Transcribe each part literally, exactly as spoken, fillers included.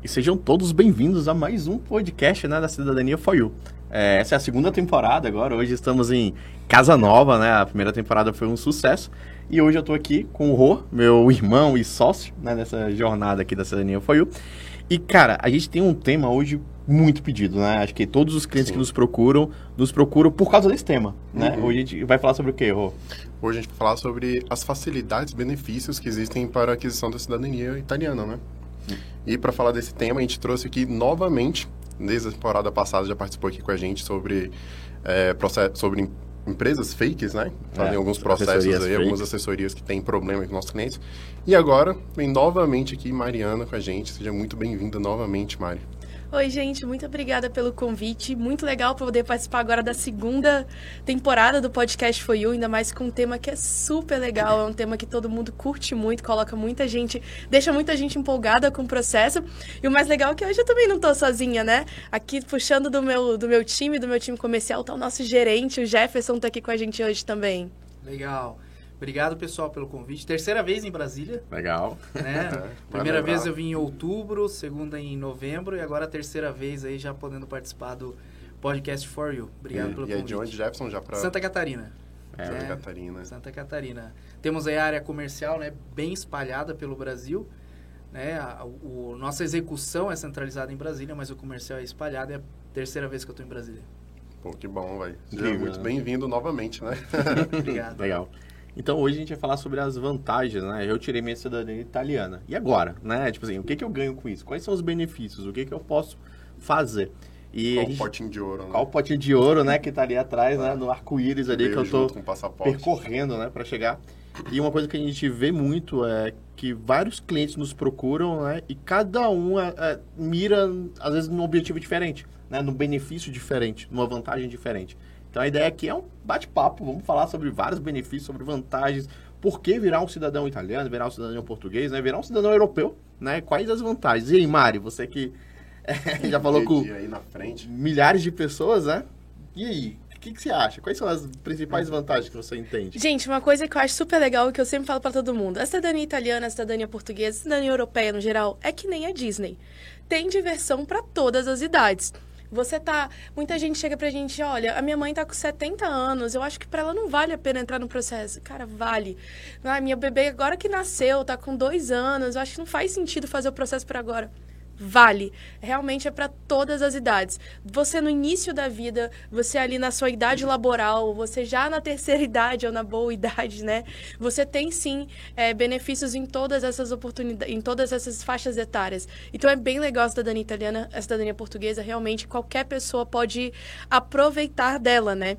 sejam todos bem-vindos a mais um podcast, né, da Cidadania for You. É, essa é a segunda temporada agora, hoje estamos em Casa Nova, né, a primeira temporada foi um sucesso, e hoje eu tô aqui com o Rô, meu irmão e sócio, né, nessa jornada aqui da Cidadania for You. E, cara, a gente tem um tema hoje muito pedido, né? Acho que todos os clientes Sim. que nos procuram, nos procuram por causa desse tema, né? Uhum. Hoje a gente vai falar sobre o quê, Rô? Hoje a gente vai falar sobre as facilidades e benefícios que existem para a aquisição da cidadania italiana, né? Uhum. E para falar desse tema, a gente trouxe aqui novamente, desde a temporada passada já participou aqui com a gente sobre, é, process... sobre empresas fakes, né? Fazem é, alguns processos aí, fake. algumas assessorias que têm problema com nossos clientes. E agora, vem novamente aqui Mariana com a gente. Seja muito bem-vinda novamente, Mari. Oi, gente, muito obrigada pelo convite. Muito legal poder participar agora da segunda temporada do Podcast for You, ainda mais com um tema que é super legal, é um tema que todo mundo curte muito, coloca muita gente, deixa muita gente empolgada com o processo. E o mais legal é que hoje eu também não estou sozinha, né? Aqui puxando do meu, do meu time, do meu time comercial, tá o nosso gerente, o Jefferson, tá aqui com a gente hoje também. Legal. Obrigado, pessoal, pelo convite. Terceira vez em Brasília. Legal. Né? É, Primeira vez eu vim em outubro, segunda em novembro e agora a terceira vez aí já podendo participar do Podcast for You. Obrigado e, pelo e convite. E é de onde, Jefferson? Já pra... Santa Catarina. É, Santa né? Catarina. Santa Catarina. Temos aí a área comercial, né, bem espalhada pelo Brasil. Né? A, o, nossa execução é centralizada em Brasília, mas o comercial é espalhado. É a terceira vez que eu estou em Brasília. Pô, que bom, velho. Seja muito né? bem-vindo novamente, né? Obrigado. Legal. Então, hoje a gente vai falar sobre as vantagens, né? Eu tirei minha cidadania italiana. E agora, né? Tipo assim, o que, que eu ganho com isso? Quais são os benefícios? O que, que eu posso fazer? E qual o potinho de ouro, né? Qual o potinho de ouro, né? Que tá ali atrás, é. né? No arco-íris ali que eu tô percorrendo, né? Pra chegar. E uma coisa que a gente vê muito é que vários clientes nos procuram, né? E cada um é, é, mira, às vezes, num objetivo diferente, né? Num benefício diferente, numa vantagem diferente. Então, a ideia aqui é um bate-papo. Vamos falar sobre vários benefícios, sobre vantagens. Por que virar um cidadão italiano, virar um cidadão português, né? Virar um cidadão europeu, né? Quais as vantagens? E aí, Mari, você que é, já falou com aí na frente. milhares de pessoas, né? E aí, o que, que você acha? Quais são as principais vantagens que você entende? Gente, uma coisa que eu acho super legal e que eu sempre falo pra todo mundo. A cidadania italiana, a cidadania portuguesa, a cidadania europeia, no geral, é que nem a Disney. Tem diversão para todas as idades. Você tá... Muita gente chega pra gente, olha, a minha mãe tá com setenta anos, eu acho que pra ela não vale a pena entrar no processo. Cara, vale. Ah, minha bebê agora que nasceu, tá com dois anos, eu acho que não faz sentido fazer o processo por agora. Vale. Realmente é para todas as idades. Você no início da vida, você ali na sua idade laboral, você já na terceira idade ou na boa idade, né? Você tem sim é, benefícios em todas essas oportunidades, em todas essas faixas etárias. Então é bem legal a cidadania italiana, a cidadania portuguesa, realmente qualquer pessoa pode aproveitar dela, né?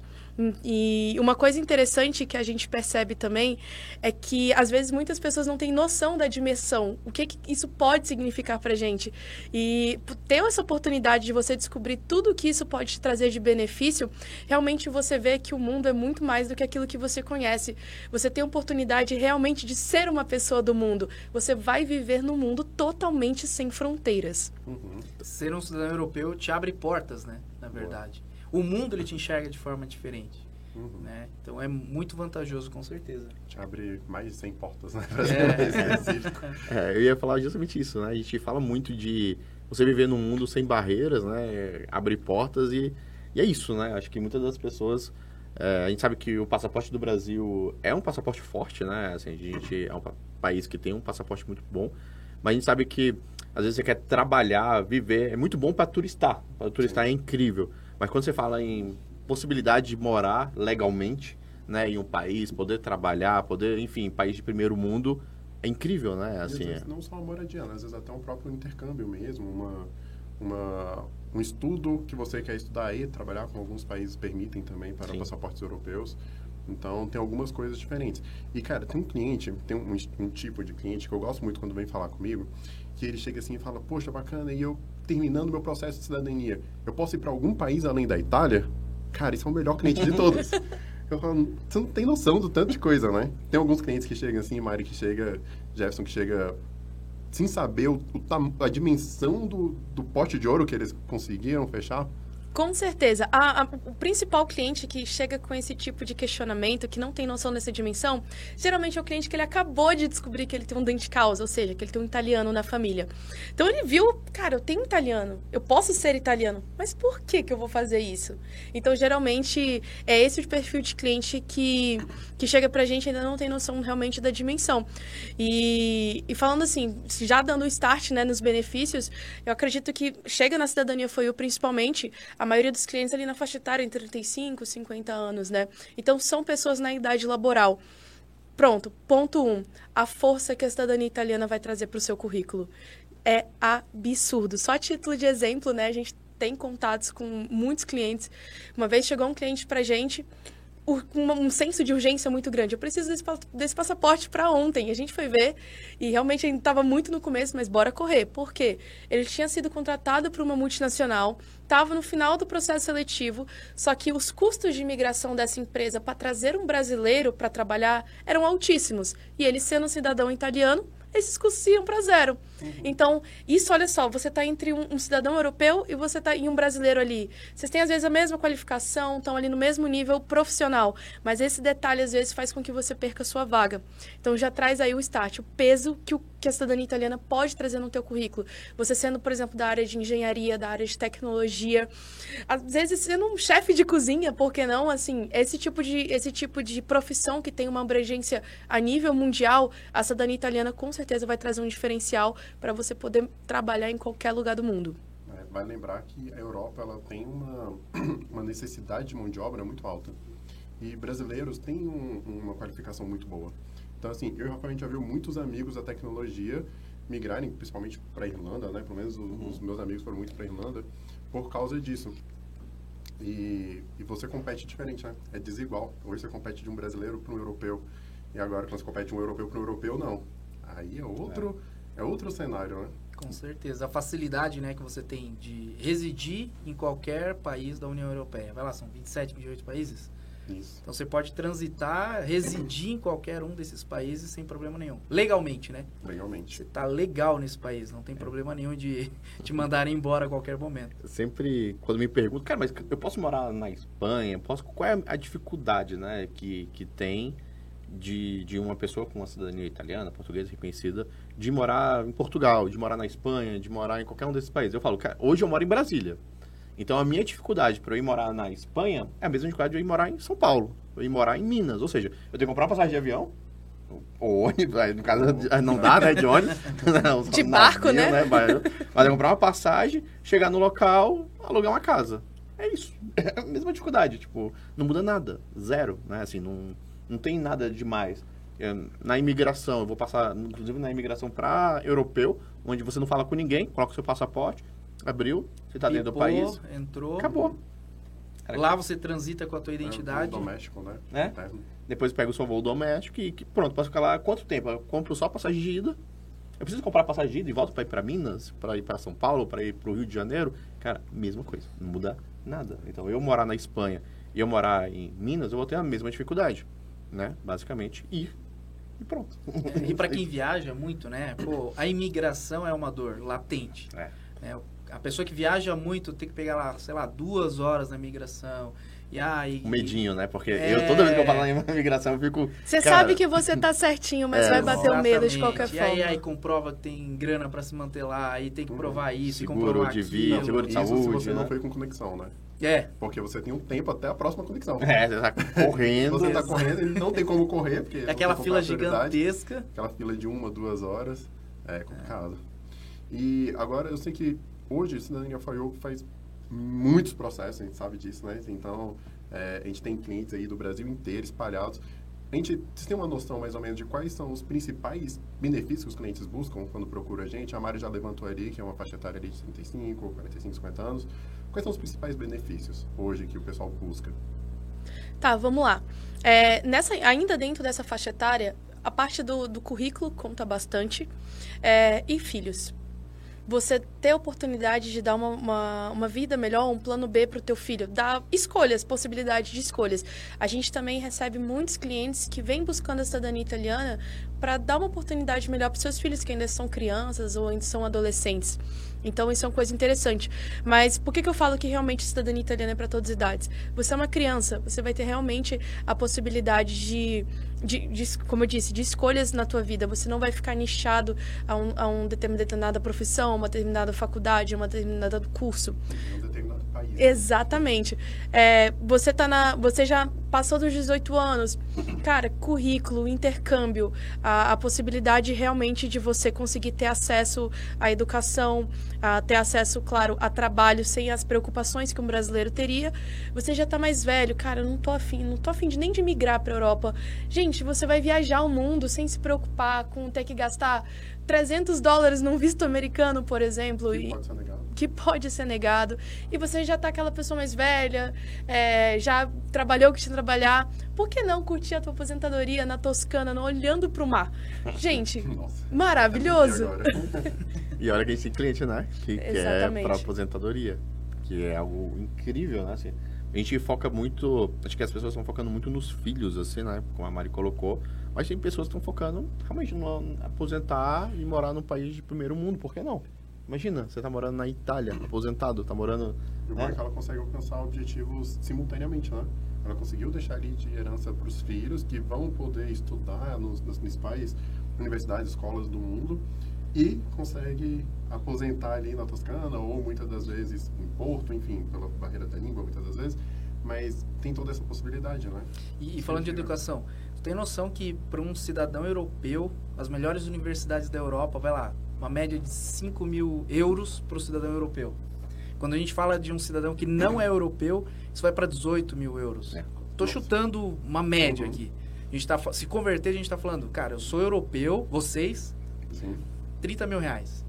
E uma coisa interessante que a gente percebe também é que, às vezes, muitas pessoas não têm noção da dimensão, o que, que isso pode significar pra gente. E ter essa oportunidade de você descobrir tudo que isso pode te trazer de benefício, realmente você vê que o mundo é muito mais do que aquilo que você conhece. Você tem a oportunidade realmente de ser uma pessoa do mundo. Você vai viver num mundo totalmente sem fronteiras. Uhum. Ser um cidadão europeu te abre portas, né? Na verdade. Boa. O mundo, ele te enxerga de forma diferente, uhum. né? Então, é muito vantajoso, com certeza. Te abre mais de cem portas, né? É. é, eu ia falar justamente isso, né? A gente fala muito de você viver num mundo sem barreiras, né? Abrir portas e, e é isso, né? Acho que muitas das pessoas... É, a gente sabe que o passaporte do Brasil é um passaporte forte, né? Assim, a gente é um país que tem um passaporte muito bom, mas a gente sabe que, às vezes, você quer trabalhar, viver... É muito bom para turistar. Para turistar Sim. é incrível. Mas quando você fala em possibilidade de morar legalmente, né, em um país, poder trabalhar, poder, enfim, país de primeiro mundo, é incrível, né? Assim, às vezes é... não só a moradia, né? Às vezes até um próprio intercâmbio mesmo, uma, uma, um estudo que você quer estudar aí, trabalhar com alguns países permitem também para Sim. passaportes europeus. Então, tem algumas coisas diferentes. E, cara, tem um cliente, tem um, um tipo de cliente que eu gosto muito quando vem falar comigo, que ele chega assim e fala, poxa, bacana, e eu terminando meu processo de cidadania, eu posso ir para algum país além da Itália? Cara, isso é o melhor cliente de todos. Eu falo, você não tem noção do tanto de coisa, né? Tem alguns clientes que chegam assim, Mari que chega, Jefferson que chega sem saber o, o, a dimensão do, do pote de ouro que eles conseguiram fechar. Com certeza. A, a, o principal cliente que chega com esse tipo de questionamento, que não tem noção dessa dimensão, geralmente é o cliente que ele acabou de descobrir que ele tem um dente de causa, ou seja, que ele tem um italiano na família. Então ele viu, cara, eu tenho um italiano, eu posso ser italiano, mas por que que eu vou fazer isso? Então, geralmente, é esse o perfil de cliente que, que chega pra gente e ainda não tem noção realmente da dimensão. E, e falando assim, já dando o start, né, nos benefícios, eu acredito que chega na Cidadania F O I U principalmente, a maioria dos clientes ali na faixa etária entre trinta e cinco, cinquenta anos, né? Então, são pessoas na idade laboral. Pronto, ponto um. A força que a cidadania italiana vai trazer para o seu currículo é absurdo. Só a título de exemplo, né? A gente tem contatos com muitos clientes. Uma vez chegou um cliente para a gente com um senso de urgência muito grande. Eu preciso desse, desse passaporte para ontem. A gente foi ver e realmente ainda estava muito no começo, mas bora correr. Por quê? Ele tinha sido contratado por uma multinacional, estava no final do processo seletivo, só que os custos de imigração dessa empresa para trazer um brasileiro para trabalhar eram altíssimos. E ele, sendo um cidadão italiano, esses custos iam para zero. Uhum. Então, isso, olha só, você está entre um, um cidadão europeu e você está em um brasileiro ali. Vocês têm, às vezes, a mesma qualificação, estão ali no mesmo nível profissional, mas esse detalhe, às vezes, faz com que você perca a sua vaga. Então, já traz aí o start, o peso que, o, que a cidadania italiana pode trazer no teu currículo. Você sendo, por exemplo, da área de engenharia, da área de tecnologia, às vezes sendo um chefe de cozinha, por que não? Assim, esse tipo de, esse tipo de profissão que tem uma abrangência a nível mundial, a cidadania italiana, com certeza, vai trazer um diferencial para você poder trabalhar em qualquer lugar do mundo. É, vai lembrar que a Europa ela tem uma, uma necessidade de mão de obra muito alta. E brasileiros têm um, uma qualificação muito boa. Então, assim, eu e o Rafael, a gente já viu muitos amigos da tecnologia migrarem, principalmente para a Irlanda, né? Pelo menos uhum. os meus amigos foram muito para a Irlanda, por causa disso. E, e você compete diferente, né? É desigual. Hoje você compete de um brasileiro para um europeu. E agora, quando você compete de um europeu para um europeu, não. Aí é outro, é. é outro cenário, né? Com certeza. A facilidade, né, que você tem de residir em qualquer país da União Europeia. Vai lá, são vinte e sete, vinte e oito países? Isso. Então, você pode transitar, residir em qualquer um desses países sem problema nenhum. Legalmente, né? Legalmente. Você tá legal nesse país, não tem problema nenhum de te mandarem embora a qualquer momento. Sempre, quando me perguntam, cara, mas eu posso morar na Espanha? Posso... Qual é a dificuldade, né, que, que tem... De, de uma pessoa com uma cidadania italiana, portuguesa, reconhecida, de morar em Portugal, de morar na Espanha, de morar em qualquer um desses países. Eu falo, cara, hoje eu moro em Brasília. Então, a minha dificuldade para eu ir morar na Espanha é a mesma dificuldade de eu ir morar em São Paulo, eu ir morar em Minas. Ou seja, eu tenho que comprar uma passagem de avião, ou ônibus, no caso não dá, né, de ônibus. Não, de barco, navio, né? né? Mas, mas eu comprar uma passagem, chegar no local, alugar uma casa. É isso. É a mesma dificuldade, tipo, não muda nada. Zero, né? Assim, não... Não tem nada demais. Na imigração, eu vou passar, inclusive na imigração para europeu, onde você não fala com ninguém, coloca o seu passaporte, abriu, você está dentro do país. Entrou. Acabou. Lá você transita com a tua identidade. É, doméstico, né? É? Depois pega o seu voo doméstico e que, pronto, posso ficar lá quanto tempo? Eu compro só passagem de ida. Eu preciso comprar passagem de ida e volto para ir para Minas, para ir para São Paulo, para ir para o Rio de Janeiro. Cara, mesma coisa, não muda nada. Então, eu morar na Espanha e eu morar em Minas, eu vou ter a mesma dificuldade. Né? Basicamente, ir e pronto. É, e para quem viaja muito, né? Pô, a imigração é uma dor latente. É. É, a pessoa que viaja muito tem que pegar lá, sei lá, duas horas na imigração. E aí... Um medinho, né? Porque é... eu, toda vez que eu falo em imigração, eu fico... Você cara... sabe que você tá certinho, mas é, vai bater o medo de qualquer e forma. E aí, aí comprova que tem grana para se manter lá, aí tem que provar isso, seguro comprovar de vida, aquilo. seguro de isso saúde, se você né? não foi com conexão, né? É. Porque você tem um tempo até a próxima conexão. É, você tá correndo. Você tá correndo e não tem como correr, porque... É aquela fila gigantesca. Aquela fila de uma, duas horas. É complicado. É. E agora, eu sei que hoje, a Cidadania F O I U faz muitos processos, a gente sabe disso, né? Então, é, a gente tem clientes aí do Brasil inteiro espalhados. A gente, vocês têm uma noção mais ou menos de quais são os principais benefícios que os clientes buscam quando procuram a gente? A Mari já levantou ali, que é uma faixa etária ali de trinta e cinco, quarenta e cinco, cinquenta anos. Quais são os principais benefícios hoje que o pessoal busca? Tá, vamos lá. É, nessa, ainda dentro dessa faixa etária, a parte do, do currículo conta bastante. É, e filhos. Você ter a oportunidade de dar uma, uma, uma vida melhor, um plano B para o teu filho. Dar escolhas, possibilidade de escolhas. A gente também recebe muitos clientes que vêm buscando a cidadania italiana para dar uma oportunidade melhor para os seus filhos, que ainda são crianças ou ainda são adolescentes. Então, isso é uma coisa interessante. Mas por que, que eu falo que realmente cidadania italiana é para todas as idades? Você é uma criança, você vai ter realmente a possibilidade de, de, de, como eu disse, de escolhas na tua vida. Você não vai ficar nichado a, um, a um determinada profissão, uma determinada faculdade, uma determinada curso. Um determinado país. Exatamente. É, você, tá na, você já passou dos dezoito anos. Cara, currículo, intercâmbio, a, a possibilidade realmente de você conseguir ter acesso à educação, a ter acesso, claro, a trabalho sem as preocupações que um brasileiro teria. Você já tá mais velho, cara, eu não tô afim, não tô afim de nem de migrar pra Europa. Gente, você vai viajar o mundo sem se preocupar com ter que gastar trezentos dólares num visto americano, por exemplo. Que e... pode ser negado. que pode ser negado, e você já tá aquela pessoa mais velha, é, já trabalhou o que tinha que trabalhar, por que não curtir a tua aposentadoria na Toscana, não, olhando pro mar? Gente, Nossa. maravilhoso! E agora? E olha que a gente tem cliente, né? Que, que é Exatamente. para aposentadoria, que é algo incrível, né? Assim, a gente foca muito, acho que as pessoas estão focando muito nos filhos, assim, né? Como a Mari colocou, mas tem pessoas que estão focando realmente no aposentar e morar num país de primeiro mundo, por que não? Imagina, você tá morando na Itália, aposentado, tá morando... E o bom é que ela consegue alcançar objetivos simultaneamente, né? Ela conseguiu deixar ali de herança para os filhos, que vão poder estudar nos, nas principais universidades, escolas do mundo, e consegue aposentar ali na Toscana, ou muitas das vezes em Porto, enfim, pela barreira da língua, muitas das vezes, mas tem toda essa possibilidade, né? E, e falando de educação, tu tem noção que para um cidadão europeu, as melhores universidades da Europa, vai lá, uma média de cinco mil euros para o cidadão europeu. Quando a gente fala de um cidadão que não é europeu, isso vai para dezoito mil euros. É. Tô Nossa. chutando uma média Uhum. aqui. A gente tá, fa- se converter, a gente está falando, cara, eu sou europeu, vocês, Sim. trinta mil reais.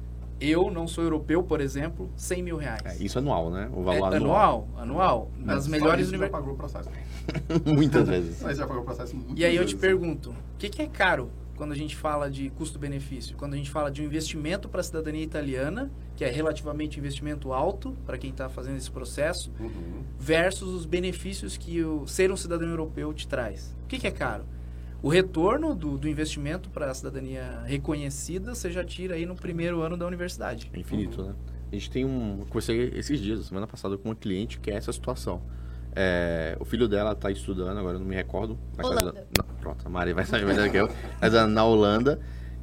Eu não sou europeu, por exemplo, cem mil reais. É, isso anual, né? O É valor anual, anual. Mas Nas só melhores isso já universidades. pagou o processo. Muitas vezes. Mas já pagou o processo muitas E aí eu te vezes. pergunto, o que, que é caro quando a gente fala de custo-benefício? Quando a gente fala de um investimento para a cidadania italiana, que é relativamente um investimento alto para quem está fazendo esse processo, Uhum. versus os benefícios que o ser um cidadão europeu te traz. O que, que é caro? O retorno do, do investimento para a cidadania reconhecida, você já tira aí no primeiro ano da universidade. É infinito, né? A gente tem um... Eu conversei esses dias, semana passada, com uma cliente que é essa situação. É, o filho dela está estudando, agora eu não me recordo. Mas Holanda. tá- não, pronto, a Mari vai saber melhor que eu. Mas é na Holanda.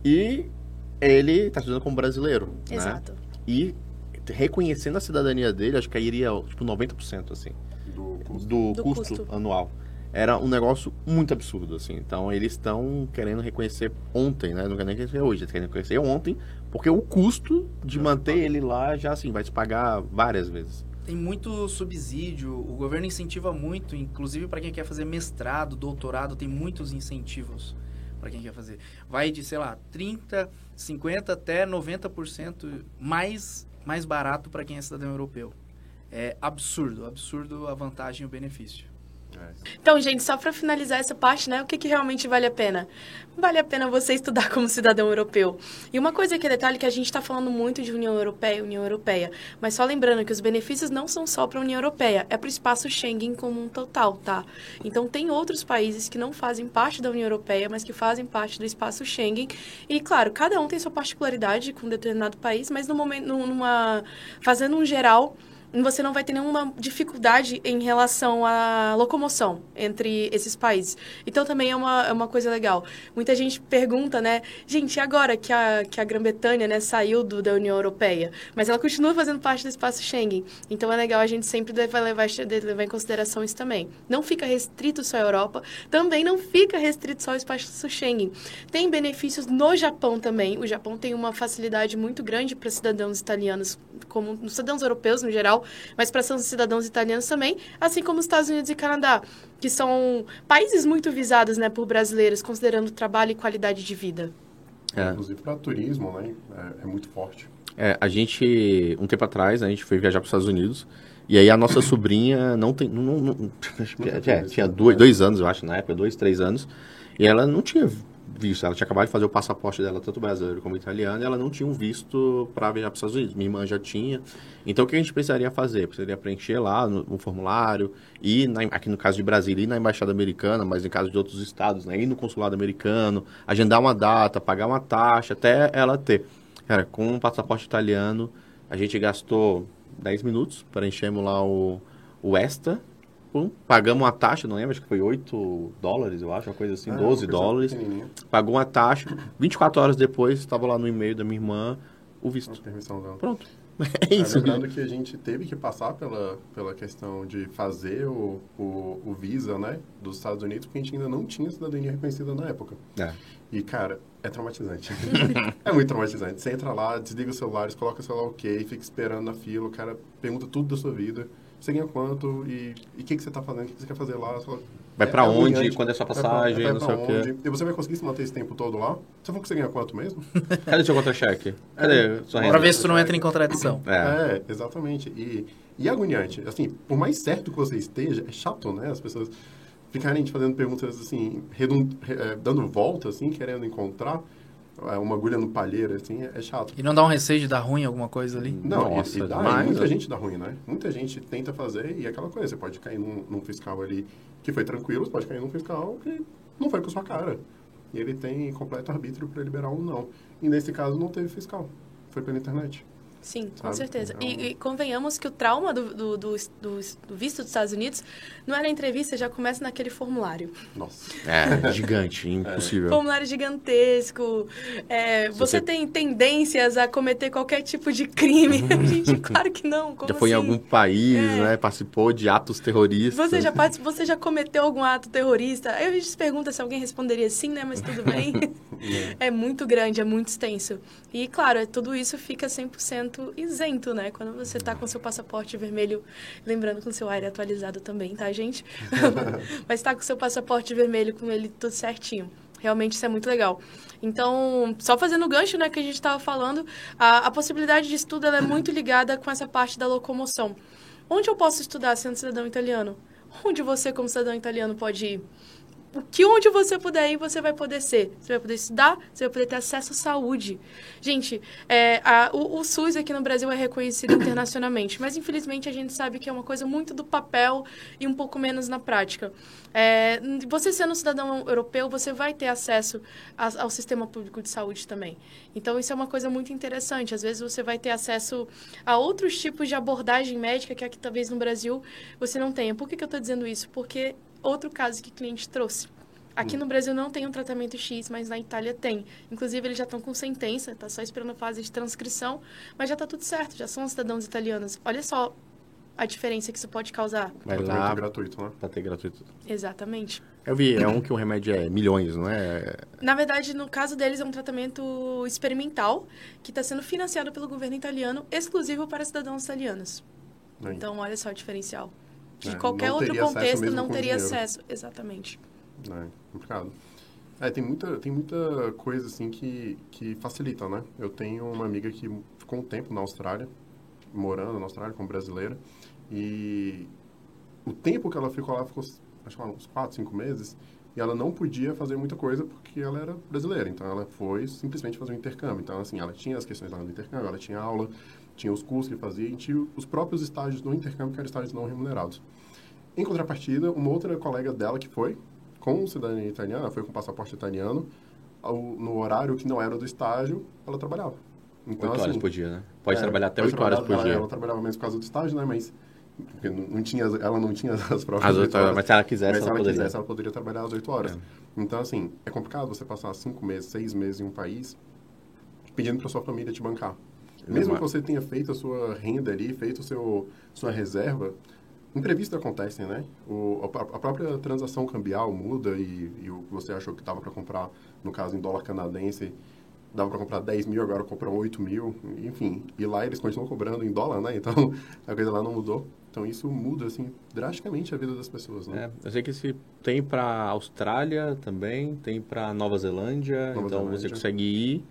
E ele está estudando como brasileiro, né? Exato. E reconhecendo a cidadania dele, acho que aí iria, tipo, noventa por cento, assim, Do custo. do, Do custo, custo. anual. Era um negócio muito absurdo, assim. Então, eles estão querendo reconhecer ontem, né? Não querem reconhecer hoje, eles querem reconhecer ontem, porque o custo de Já manter se paga. ele lá já, assim, vai se pagar várias vezes. Tem muito subsídio, o governo incentiva muito, inclusive para quem quer fazer mestrado, doutorado, tem muitos incentivos para quem quer fazer. Vai de, sei lá, trinta, cinquenta até noventa por cento mais, mais barato para quem é cidadão europeu. É absurdo, absurdo a vantagem e o benefício. É. Então, gente, só para finalizar essa parte, né? O que, que realmente vale a pena? Vale a pena você estudar como cidadão europeu. E uma coisa que é detalhe que a gente está falando muito de União Europeia, União Europeia. Mas só lembrando que os benefícios não são só para a União Europeia, é para o espaço Schengen como um total, tá? Então, tem outros países que não fazem parte da União Europeia, mas que fazem parte do espaço Schengen. E, claro, cada um tem sua particularidade com um determinado país, mas no momento, numa, fazendo um geral, você não vai ter nenhuma dificuldade em relação à locomoção entre esses países. Então, também é uma, é uma coisa legal. Muita gente pergunta, né? Gente, e agora que a, que a Grã-Bretanha, né, saiu do, da União Europeia? Mas ela continua fazendo parte do espaço Schengen. Então, é legal a gente sempre deve levar, deve levar em consideração isso também. Não fica restrito só à Europa. Também não fica restrito só ao espaço Schengen. Tem benefícios no Japão também. O Japão tem uma facilidade muito grande para cidadãos italianos, como cidadãos europeus no geral, mas para os cidadãos italianos também, assim como os Estados Unidos e Canadá, que são países muito visados, né, por brasileiros, considerando trabalho e qualidade de vida. É. Inclusive para turismo, né? É, é muito forte. É, a gente, um tempo atrás, né, a gente foi viajar para os Estados Unidos, e aí a nossa sobrinha não tem, não, não, não- é, tinha dois, dois anos, eu acho, na época, dois, três anos, e ela não tinha visto, ela tinha acabado de fazer o passaporte dela, tanto brasileiro como italiano, e ela não tinha um visto para viajar para os Estados Unidos. Minha irmã já tinha. Então, o que a gente precisaria fazer? Precisaria preencher lá no, no formulário, e na, aqui no caso de Brasília, ir na Embaixada Americana, mas em caso de outros estados, né, ir no consulado americano, agendar uma data, pagar uma taxa, até ela ter. Cara, com um passaporte italiano, a gente gastou dez minutos, preenchemos lá o, o ESTA, pum, pagamos uma taxa, não lembro, acho que foi oito dólares, eu acho, uma coisa assim, Ah, doze uma coisa dólares. pequenininha. Pagou uma taxa, vinte e quatro horas depois, estava lá no e-mail da minha irmã o visto. A permissão dela. Pronto. É É, isso. lembrando que a gente teve que passar pela, pela questão de fazer o, o, o Visa, né, dos Estados Unidos, porque a gente ainda não tinha cidadania reconhecida na época. É. E, cara, é traumatizante. É muito traumatizante. Você entra lá, desliga os celulares, coloca o celular ok, fica esperando na fila, o cara pergunta tudo da sua vida. Você ganha quanto e o que, que você tá fazendo, o que, que você quer fazer lá. Só... Vai pra é onde, agoniante. quando é sua Vai pra- passagem, vai não pra sei o quê. onde. E você vai conseguir se manter esse tempo todo lá? Você falou que você ganha quanto mesmo? Cadê seu contra-cheque? Cadê sua Pra renda? ver se tu não entra em contradição. É. É, exatamente. E, e agoniante. Assim, por mais certo que você esteja, é chato, né? As pessoas ficarem te fazendo perguntas, assim, redund... é, dando volta, assim, querendo encontrar é, uma agulha no palheiro, assim, é, é chato. E não dá um receio de dar ruim alguma coisa ali? Não, e- Nossa, e, dá, demais, e muita né? gente dá ruim, né? Muita gente tenta fazer e é aquela coisa, você pode cair num, num fiscal ali que foi tranquilo, você pode cair num fiscal que não foi com a sua cara. E ele tem completo arbítrio para liberar ou não. E nesse caso não teve fiscal, foi pela internet. Sim, com Sabe? certeza. Então- E, e convenhamos que o trauma do, do, do, do, do visto dos Estados Unidos não é na entrevista, já começa naquele formulário. Nossa. É, gigante, impossível. Formulário gigantesco. É, Se você você- tem tendências a cometer qualquer tipo de crime. Gente, claro que não. Como Já foi em assim? algum país, É. né? Participou de atos terroristas. Você já, partic- você já cometeu algum ato terrorista? Aí a gente se pergunta se alguém responderia sim, né? Mas tudo bem. É muito grande, é muito extenso. E, claro, é- tudo isso fica cem por cento isento, né? Quando você tá com seu passaporte vermelho, lembrando com seu aire atualizado também, tá, gente? Mas tá com seu passaporte vermelho, com ele tudo certinho. Realmente isso é muito legal. Então, só fazendo o gancho, né, que a gente estava falando, a, a possibilidade de estudo ela é muito ligada com essa parte da locomoção. Onde eu posso estudar sendo cidadão italiano? Onde você, como cidadão italiano, pode ir? O que onde você puder ir, você vai poder ser. Você vai poder estudar, você vai poder ter acesso à saúde. Gente, é, a, o, o SUS aqui no Brasil é reconhecido internacionalmente, mas infelizmente a gente sabe que é uma coisa muito do papel e um pouco menos na prática. É, você sendo um cidadão europeu, você vai ter acesso a, ao sistema público de saúde também. Então, isso é uma coisa muito interessante. Às vezes, você vai ter acesso a outros tipos de abordagem médica que aqui, talvez, no Brasil, você não tenha. Por que, que eu estou dizendo isso? Porque outro caso que o cliente trouxe. Aqui no Brasil não tem um tratamento X, mas na Itália tem. Inclusive, eles já estão com sentença, tá só esperando a fase de transcrição, mas já está tudo certo, já são cidadãos italianos. Olha só a diferença que isso pode causar. Vai Tratamento lá gratuito, né? pra ter gratuito. Exatamente. Eu vi, é um que o remédio é milhões, não é? Na verdade, no caso deles, é um tratamento experimental que está sendo financiado pelo governo italiano, exclusivo para cidadãos italianos. Aí. Então, olha só a diferencial. Que É, qualquer não outro teria acesso contexto mesmo não com teria dinheiro. acesso. Exatamente. É, complicado. É, tem muita, tem muita coisa, assim, que, que facilita, né? Eu tenho uma amiga que ficou um tempo na Austrália, morando na Austrália como brasileira, e o tempo que ela ficou lá, ficou, acho que uns quatro, cinco meses, e ela não podia fazer muita coisa porque ela era brasileira, então ela foi simplesmente fazer um intercâmbio. Então, assim, ela tinha as questões lá do intercâmbio, ela tinha aula, tinha os cursos que fazia, e tinha os próprios estágios do intercâmbio, que eram estágios não remunerados. Em contrapartida, uma outra colega dela que foi, com cidadania italiana, foi com passaporte italiano, ao, no horário que não era do estágio, ela trabalhava. Então, Oito horas assim, por dia, né? Pode é, trabalhar até pode oito horas trabalhar- por dia. Ela trabalhava menos por causa do estágio, né? Mas porque não, não tinha, ela não tinha as próprias As oito oito horas, mas se ela quisesse, Mas se ela ela poderia. quisesse, ela poderia trabalhar às oito horas. É. Então, assim, é complicado você passar cinco meses, seis meses em um país pedindo para sua família te bancar. Mesmo que você tenha feito a sua renda ali, feito o seu, sua reserva, imprevistos acontecem, né? O, a, a própria transação cambial muda e, e o que você achou que dava para comprar, no caso em dólar canadense, dava para comprar dez mil, agora compram oito mil, enfim. E lá eles continuam cobrando em dólar, né? Então, a coisa lá não mudou. Então, isso muda, assim, drasticamente a vida das pessoas, né? É, eu sei que esse tem para Austrália também, tem para Nova Zelândia, Nova então Zelândia. você consegue ir.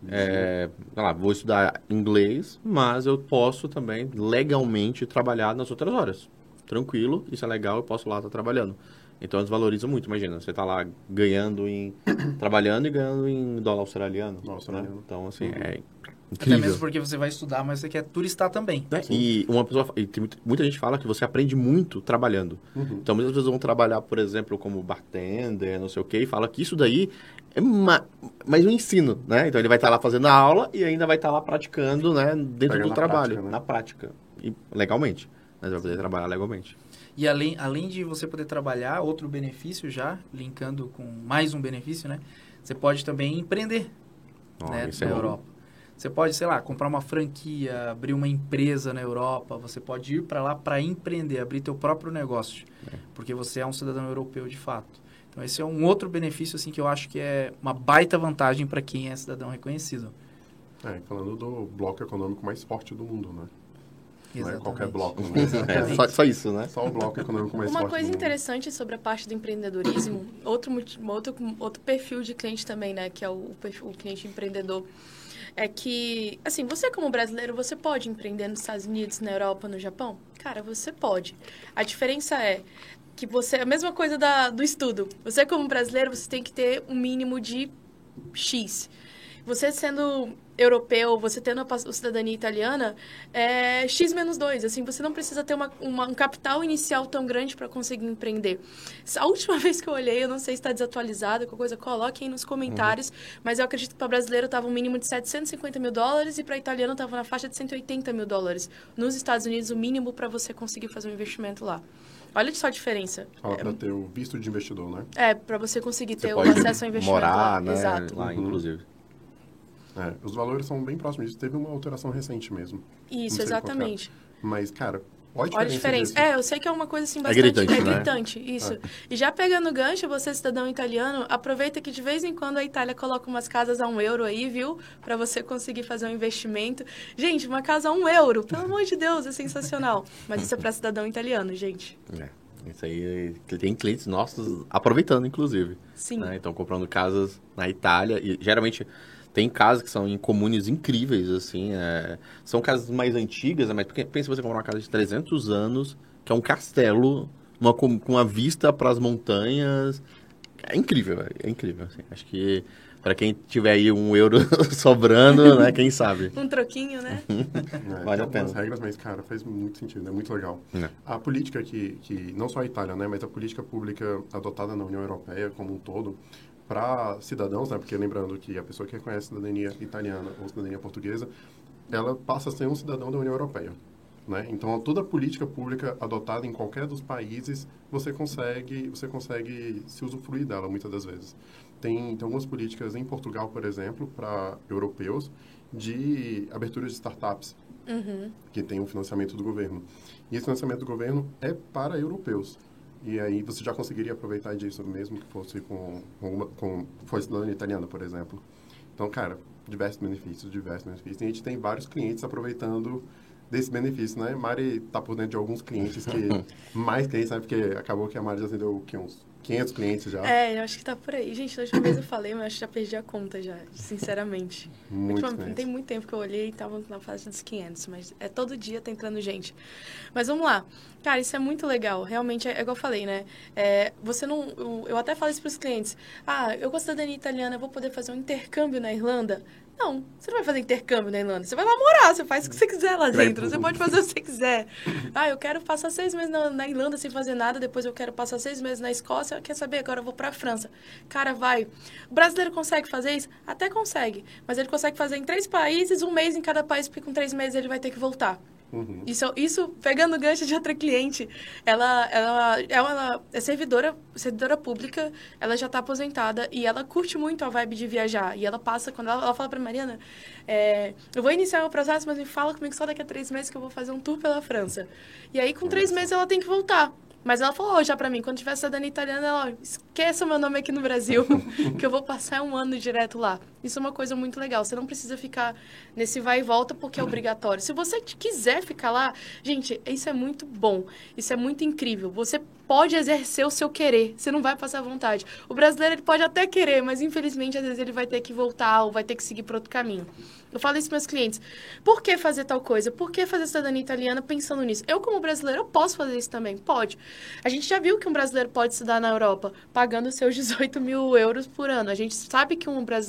É, sei lá, vou estudar inglês, mas eu posso também legalmente trabalhar nas outras horas. Tranquilo, isso é legal, eu posso lá estar trabalhando. Então eles valorizam muito, imagina, você está lá ganhando em. trabalhando e ganhando em dólar australiano. Dólar australiano. Né? Então, assim, Uhum. é Incrível. Até mesmo porque você vai estudar, mas você quer turistar também. Né? E uma pessoa, e tem muita, muita gente fala que você aprende muito trabalhando. Uhum. Então, muitas vezes vão trabalhar, por exemplo, como bartender, não sei o quê, e fala que isso daí é ma, mais um ensino, né? Então, ele vai estar lá fazendo a aula e ainda vai estar lá praticando, né? Dentro Pega do na trabalho, prática, né? na prática. E legalmente. Né? Você vai poder trabalhar legalmente. E além, além de você poder trabalhar, outro benefício já, linkando com mais um benefício, né? Você pode também empreender, Oh, né? isso Na é bom. Europa. Você pode, sei lá, comprar uma franquia, abrir uma empresa na Europa. Você pode ir para lá para empreender, abrir teu próprio negócio. É. Porque você é um cidadão europeu de fato. Então, esse é um outro benefício assim, que eu acho que é uma baita vantagem para quem é cidadão reconhecido. É, falando do bloco econômico mais forte do mundo, né? Não é Exatamente. qualquer bloco, né? É, só, só isso, né? Só o bloco econômico mais Uma forte coisa do mundo. interessante sobre a parte do empreendedorismo, outro, moti- outro, outro perfil de cliente também, né, que é o, perfil- o cliente empreendedor, é que, assim, você como brasileiro, você pode empreender nos Estados Unidos, na Europa, no Japão? Cara, você pode. A diferença é que você, a mesma coisa da, do estudo, você como brasileiro, você tem que ter um mínimo de X. Você sendo europeu, você tendo a pas- a cidadania italiana, é X menos dois. Assim, você não precisa ter uma, uma- um capital inicial tão grande para conseguir empreender. A última vez que eu olhei, eu não sei se está desatualizado, qualquer coisa, coloquem nos comentários, mas eu acredito que para brasileiro estava um mínimo de setecentos e cinquenta mil dólares e para italiano estava na faixa de cento e oitenta mil dólares. Nos Estados Unidos, o mínimo para você conseguir fazer um investimento lá. Olha só a diferença. Fala pra ter o visto de investidor, né? É, para você conseguir Você ter o pode acesso ao investimento morar, lá. né? Exato. Lá, Uhum. inclusive. É, os valores são bem próximos disso. Teve uma alteração recente mesmo. Não Isso, sei qual exatamente. que é. Mas, cara, olha a Olha a diferença. diferença. disso. É, eu sei que é uma coisa assim bastante... gritante, é né? gritante, isso. E já pegando o gancho, você cidadão italiano, aproveita que de vez em quando a Itália coloca umas casas a um euro aí, viu? Pra você conseguir fazer um investimento. Gente, uma casa a um euro, pelo amor de Deus, é sensacional. Mas isso é pra cidadão italiano, gente. É. Isso aí, tem clientes nossos aproveitando, inclusive. Sim. Né? Então, comprando casas na Itália. E geralmente tem casas que são em comunes incríveis, assim. É... São casas mais antigas, né? Mas porque, pensa você comprar uma casa de trezentos anos, que é um castelo, uma, com uma vista para as montanhas. É incrível, é incrível. Assim. Acho que para quem tiver aí um euro sobrando, né? Quem sabe? Um troquinho, né? É, Vale tem a pena. algumas regras, mas, cara, faz muito sentido, é muito legal. É. A política que, que, não só a Itália, né, mas a política pública adotada na União Europeia como um todo, para cidadãos, né, porque lembrando que a pessoa que reconhece cidadania italiana ou cidadania portuguesa, ela passa a ser um cidadão da União Europeia. Né? Então, toda política pública adotada em qualquer dos países, você consegue, você consegue se usufruir dela, muitas das vezes. Tem, tem algumas políticas em Portugal, por exemplo, para europeus, de abertura de startups, Uhum. que tem um financiamento do governo. E esse financiamento do governo é para europeus. E aí você já conseguiria aproveitar disso, mesmo que fosse com, com, uma, com fosse cidadania italiana, por exemplo. Então, cara, diversos benefícios, diversos benefícios. E a gente tem vários clientes aproveitando desse benefício, né? Mari tá por dentro de alguns clientes que... mais clientes, né? Porque acabou que a Mari já atendeu o quê? Uns quinhentos clientes já. É, eu acho que tá por aí. Gente, na última vez eu falei, mas acho que já perdi a conta já, sinceramente. Muitos Última- clientes. tem muito tempo que eu olhei e tava na fase dos quinhentos, mas é todo dia tá entrando gente. Mas vamos lá. Cara, isso é muito legal. Realmente, é, é igual eu falei, né? É, você não... Eu, eu até falo isso pros clientes. Ah, eu gosto da cidadania italiana, eu vou poder fazer um intercâmbio na Irlanda? Não, você não vai fazer intercâmbio na Irlanda. Você vai lá morar, você faz o que você quiser lá Vai- dentro. Você pode fazer o que você quiser. Ah, eu quero passar seis meses na, na Irlanda sem fazer nada, depois eu quero passar seis meses na Escócia. Quer saber? Agora eu vou pra França. Cara, vai. O brasileiro consegue fazer isso? Até consegue. Mas ele consegue fazer em três países, um mês em cada país, porque com três meses ele vai ter que voltar. Uhum. Isso, isso pegando o gancho de outra cliente, ela, ela, ela é servidora, servidora pública, ela já está aposentada e ela curte muito a vibe de viajar. E ela passa, quando ela, ela fala para Mariana, é, eu vou iniciar meu processo, mas me fala comigo só daqui a três meses que eu vou fazer um tour pela França. E aí, com três meses, ela tem que voltar. Mas ela falou já pra mim, quando tiver cidadania italiana, ela, ó, esqueça o meu nome aqui no Brasil, que eu vou passar um ano direto lá. Isso é uma coisa muito legal. Você não precisa ficar nesse vai e volta porque é obrigatório. Se você quiser ficar lá, gente, isso é muito bom. Isso é muito incrível. Você pode exercer o seu querer. Você não vai passar vontade. O brasileiro, ele pode até querer, mas infelizmente, às vezes, ele vai ter que voltar ou vai ter que seguir para outro caminho. Eu falo isso para meus clientes. Por que fazer tal coisa? Por que fazer cidadania italiana pensando nisso? Eu, como brasileiro, eu posso fazer isso também? Pode. A gente já viu que um brasileiro pode estudar na Europa pagando seus dezoito mil euros por ano. A gente sabe que um brasileiro,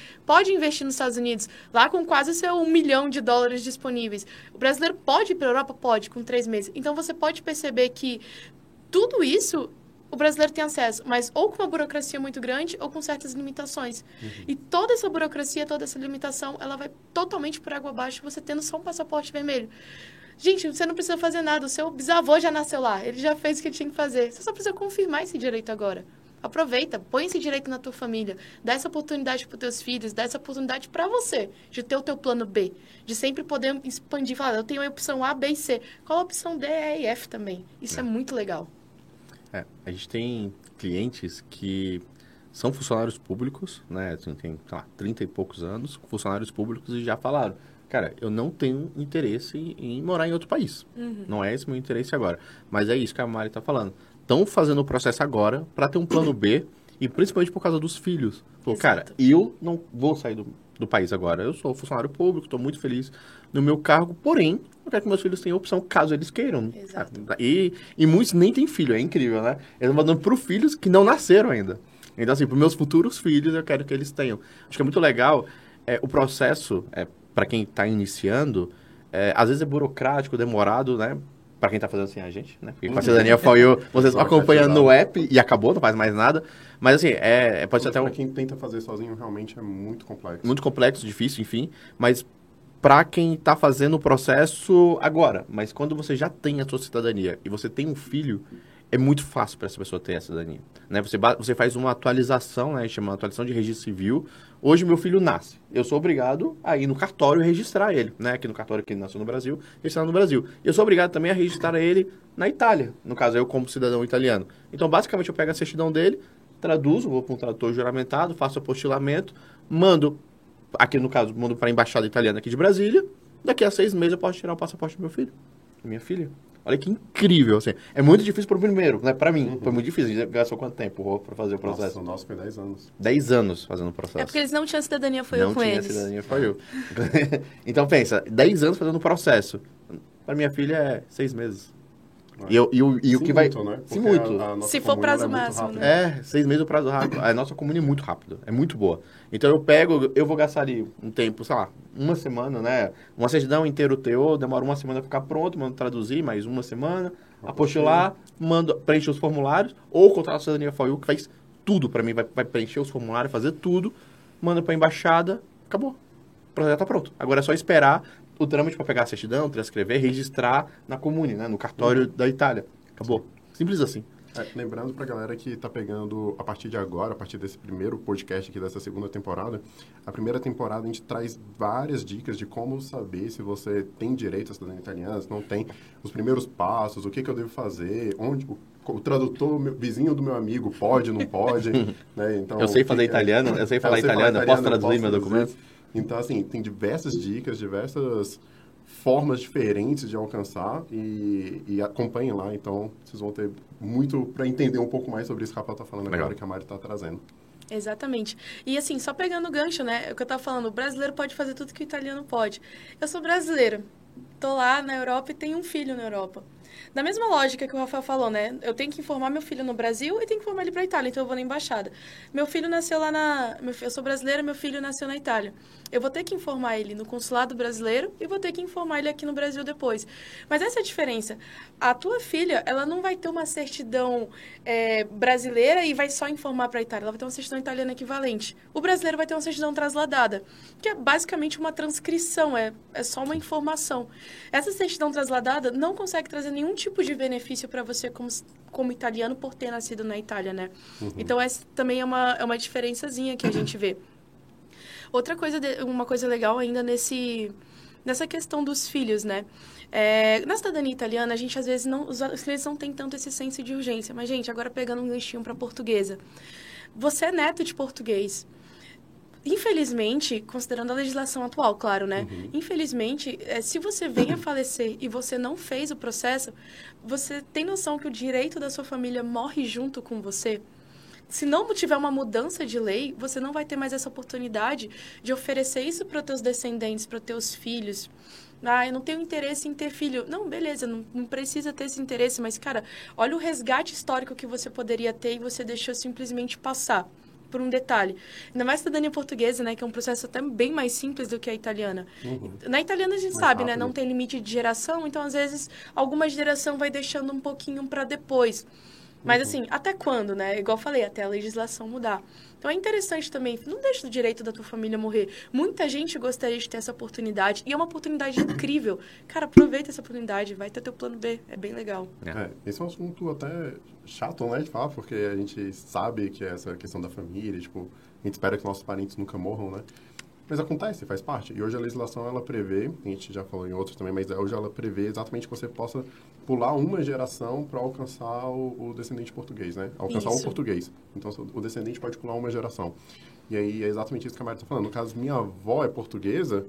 pode investir nos Estados Unidos, lá com quase seu um milhão de dólares disponíveis. O brasileiro pode ir para a Europa? Pode, com três meses. Então, você pode perceber que tudo isso o brasileiro tem acesso, mas ou com uma burocracia muito grande ou com certas limitações. Uhum. E toda essa burocracia, toda essa limitação, ela vai totalmente por água abaixo, você tendo só um passaporte vermelho. Gente, você não precisa fazer nada, o seu bisavô já nasceu lá, ele já fez o que tinha que fazer. Você só precisa confirmar esse direito agora. Aproveita, põe esse direito na tua família, dá essa oportunidade para os teus filhos, dá essa oportunidade para você, de ter o teu plano B, de sempre poder expandir, falar, eu tenho a opção A, B e C. Qual a opção D, E e F também? Isso é, é muito legal. É, a gente tem clientes que são funcionários públicos, né? Tem, sei lá, trinta e poucos anos, funcionários públicos e já falaram, cara, eu não tenho interesse em morar em outro país. Uhum. Não é esse o meu interesse agora. Mas é isso que a Mari está falando. Estão fazendo o processo agora para ter um plano B e principalmente por causa dos filhos. Pô, cara, eu não vou sair do, do país agora. Eu sou funcionário público, estou muito feliz no meu cargo, porém, eu quero que meus filhos tenham opção caso eles queiram. Exato. E, e muitos nem têm filho, é incrível, né? Eles estão mandando para os filhos que não nasceram ainda. Então, assim, para os meus futuros filhos, eu quero que eles tenham. Acho que é muito legal é, o processo, é, para quem está iniciando, é, às vezes é burocrático, demorado, né? Para quem tá fazendo assim, a gente, né? Porque com a cidadania foi eu, vocês só acompanhando no app e acabou, não faz mais nada. Mas assim, é, pode ser até um... Para quem tenta fazer sozinho, realmente é muito complexo. Muito complexo, difícil, enfim. Mas para quem tá fazendo o processo agora, mas quando você já tem a sua cidadania e você tem um filho, é muito fácil para essa pessoa ter a cidadania. Né? Você, você faz uma atualização, né? Chama atualização de registro civil. Hoje meu filho nasce. Eu sou obrigado a ir no cartório e registrar ele. Né? Aqui no cartório que ele nasceu no Brasil, registrar no Brasil. Eu sou obrigado também a registrar ele na Itália. No caso, eu como cidadão italiano. Então, basicamente, eu pego a certidão dele, traduzo, vou para um tradutor juramentado, faço apostilamento, mando, aqui no caso, mando para a embaixada italiana aqui de Brasília. Daqui a seis meses eu posso tirar o passaporte do meu filho, da minha filha. Olha que incrível, assim. É muito difícil pro primeiro, né? Pra mim, uhum. Foi muito difícil. A gente gastou quanto tempo pra fazer o processo? Nossa, o nosso foi dez anos. dez anos fazendo o processo. É porque eles não tinham cidadania, foi eu com eles. Não tinha cidadania, foi eu. Então, pensa, dez anos fazendo o processo. Pra minha filha é seis meses. E, eu, e, o, e o que vai... Muito, né? Sim, muito. A, a Se for prazo é máximo, né? É, seis meses o prazo rápido. A nossa comune é muito rápido. É muito boa. Então, eu pego, eu vou gastar ali um tempo, sei lá, uma semana, né? Uma certidão inteira T O, demora uma semana pra ficar pronto, mando traduzir, mais uma semana, apostilar, mando, preencher os formulários, ou contratar a cidadania F O I, que faz tudo pra mim, vai, vai preencher os formulários, fazer tudo, manda pra embaixada, acabou. O projeto tá pronto. Agora é só esperar o trâmite para pegar a certidão, transcrever, registrar na comune, né? No cartório uhum. da Itália. Acabou. Simples assim. É, lembrando para a galera que está pegando, a partir de agora, a partir desse primeiro podcast aqui dessa segunda temporada, a primeira temporada a gente traz várias dicas de como saber se você tem direito à cidadania italiana, se não tem, os primeiros passos, o que, que eu devo fazer, onde... O, o tradutor, meu, vizinho do meu amigo, pode, não pode, né? Então, eu sei fazer italiano, eu sei falar eu sei italiano, falar italiano, eu posso traduzir posso meu documento? Então, assim, tem diversas dicas, diversas formas diferentes de alcançar e, e acompanhem lá. Então, vocês vão ter muito para entender um pouco mais sobre isso que a Rafael está falando Legal. Agora, que a Mari está trazendo. Exatamente. E assim, só pegando o gancho, né? O que eu estava falando, o brasileiro pode fazer tudo que o italiano pode. Eu sou brasileira, tô lá na Europa e tenho um filho na Europa. Da mesma lógica que o Rafael falou, né? Eu tenho que informar meu filho no Brasil e tenho que informar ele para a Itália, então eu vou na embaixada. Meu filho nasceu lá na... Eu sou brasileira, meu filho nasceu na Itália. Eu vou ter que informar ele no consulado brasileiro e vou ter que informar ele aqui no Brasil depois. Mas essa é a diferença. A tua filha, ela não vai ter uma certidão é, brasileira e vai só informar para a Itália. Ela vai ter uma certidão italiana equivalente. O brasileiro vai ter uma certidão trasladada, que é basicamente uma transcrição, é, é só uma informação. Essa certidão trasladada não consegue trazer nenhum tipo de benefício para você como, como italiano por ter nascido na Itália, né? Uhum. Então, essa também é uma, é uma diferençazinha que a gente vê. Outra coisa, de, uma coisa legal ainda nesse, nessa questão dos filhos, né? É, na cidadania italiana, a gente às vezes não, os clientes não tem tanto esse senso de urgência. Mas, gente, agora pegando um ganchinho para portuguesa. Você é neto de português. Infelizmente, considerando a legislação atual, claro, né? Uhum. Infelizmente, é, se você vem a falecer e você não fez o processo, você tem noção que o direito da sua família morre junto com você? Se não tiver uma mudança de lei, você não vai ter mais essa oportunidade de oferecer isso para os teus descendentes, para os teus filhos. Ah, eu não tenho interesse em ter filho. Não, beleza, não, não precisa ter esse interesse, mas, cara, olha o resgate histórico que você poderia ter e você deixou simplesmente passar. por um detalhe. Ainda mais a cidadania portuguesa, né? Que é um processo até bem mais simples do que a italiana. Uhum. Na italiana a gente mais sabe, rápido. Né? Não tem limite de geração, então às vezes alguma geração vai deixando um pouquinho para depois. Mas assim, até quando, né? Igual eu falei, até a legislação mudar. Então é interessante também, não deixa o direito da tua família morrer. Muita gente gostaria de ter essa oportunidade, e é uma oportunidade incrível. Cara, aproveita essa oportunidade, vai ter teu plano B, é bem legal. É, esse é um assunto até chato, né, de falar, porque a gente sabe que é essa questão da família, tipo, a gente espera que nossos parentes nunca morram, né? Mas acontece, faz parte. E hoje a legislação, ela prevê, a gente já falou em outros também, mas hoje ela prevê exatamente que você possa pular uma geração para alcançar o, o descendente português, né? Alcançar isso. o português. Então, o descendente pode pular uma geração. E aí, é exatamente isso que a Mari está falando. No caso, minha avó é portuguesa,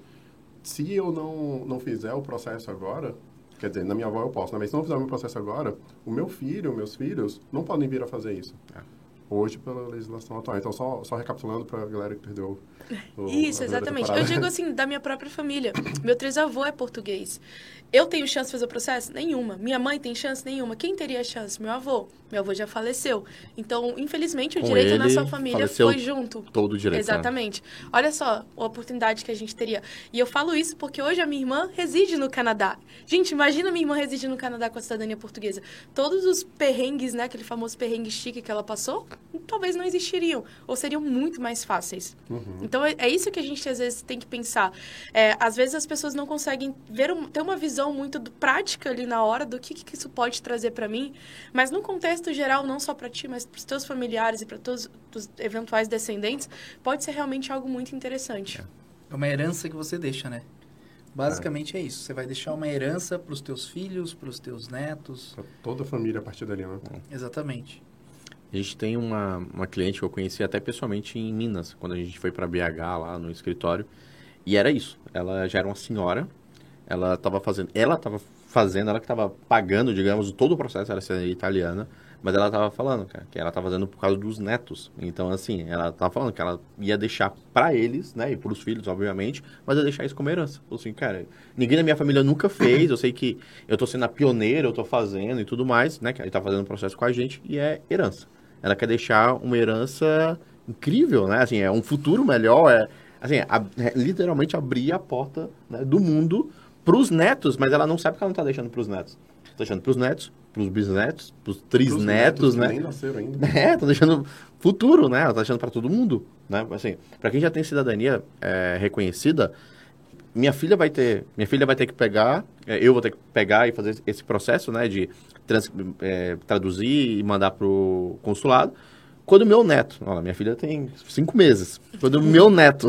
se eu não, não fizer o processo agora, quer dizer, na minha avó eu posso, né? Mas se não fizer o meu processo agora, o meu filho, meus filhos, não podem vir a fazer isso. É. Hoje, pela legislação atual. Então, só, só recapitulando para a galera que perdeu o, Isso, exatamente. Eu digo assim, da minha própria família. Meu trisavô é português. Eu tenho chance de fazer o processo? Nenhuma. Minha mãe tem chance? Nenhuma. Quem teria chance? Meu avô. Meu avô já faleceu. Então, infelizmente, o Com direito ele, na sua família foi junto. Todo o direito. Exatamente. Né? Olha só a oportunidade que a gente teria. E eu falo isso porque hoje a minha irmã reside no Canadá. Gente, imagina minha irmã reside no Canadá com a cidadania portuguesa. Todos os perrengues, né? Aquele famoso perrengue chique que ela passou, talvez não existiriam. Ou seriam muito mais fáceis. Uhum. Então, é, é isso que a gente, às vezes, tem que pensar. É, às vezes, as pessoas não conseguem ver um, ter uma visão muito do, prática ali na hora do que, que isso pode trazer para mim. Mas, no contexto geral, não só para ti, mas para os teus familiares e para todos os eventuais descendentes, pode ser realmente algo muito interessante. É uma herança que você deixa, né? Basicamente é, é isso. Você vai deixar uma herança para os teus filhos, para os teus netos. Pra toda a família a partir dali, né? É. Exatamente. A gente tem uma, uma cliente que eu conheci até pessoalmente em Minas, quando a gente foi para B H lá no escritório. E era isso. Ela já era uma senhora. Ela estava fazendo... Ela estava fazendo, ela que estava pagando, digamos, todo o processo, era ser italiana. Mas ela estava falando, cara, que ela estava fazendo por causa dos netos. Então, assim, ela estava falando que ela ia deixar para eles, né, e para os filhos, obviamente, mas ia deixar isso como herança. Falou assim, cara, ninguém da minha família nunca fez, eu sei que eu tô sendo a pioneira, eu tô fazendo e tudo mais, né, que ele tá fazendo o processo com a gente, e é herança. Ela quer deixar uma herança incrível, né, assim, é um futuro melhor, é, assim, a, é literalmente abrir a porta, né, do mundo para os netos, mas ela não sabe que ela não tá deixando para os netos. Tá deixando para os netos, para os bisnetos, para os trisnetos, né? Que nem nasceram ainda. É, tá deixando futuro, né? Ela tá deixando para todo mundo, né? Assim, para quem já tem cidadania é, reconhecida, minha filha vai ter, minha filha vai ter que pegar, é, eu vou ter que pegar e fazer esse processo, né? De trans, é, traduzir e mandar pro consulado. Quando o meu neto, olha, minha filha tem cinco meses. Quando o meu neto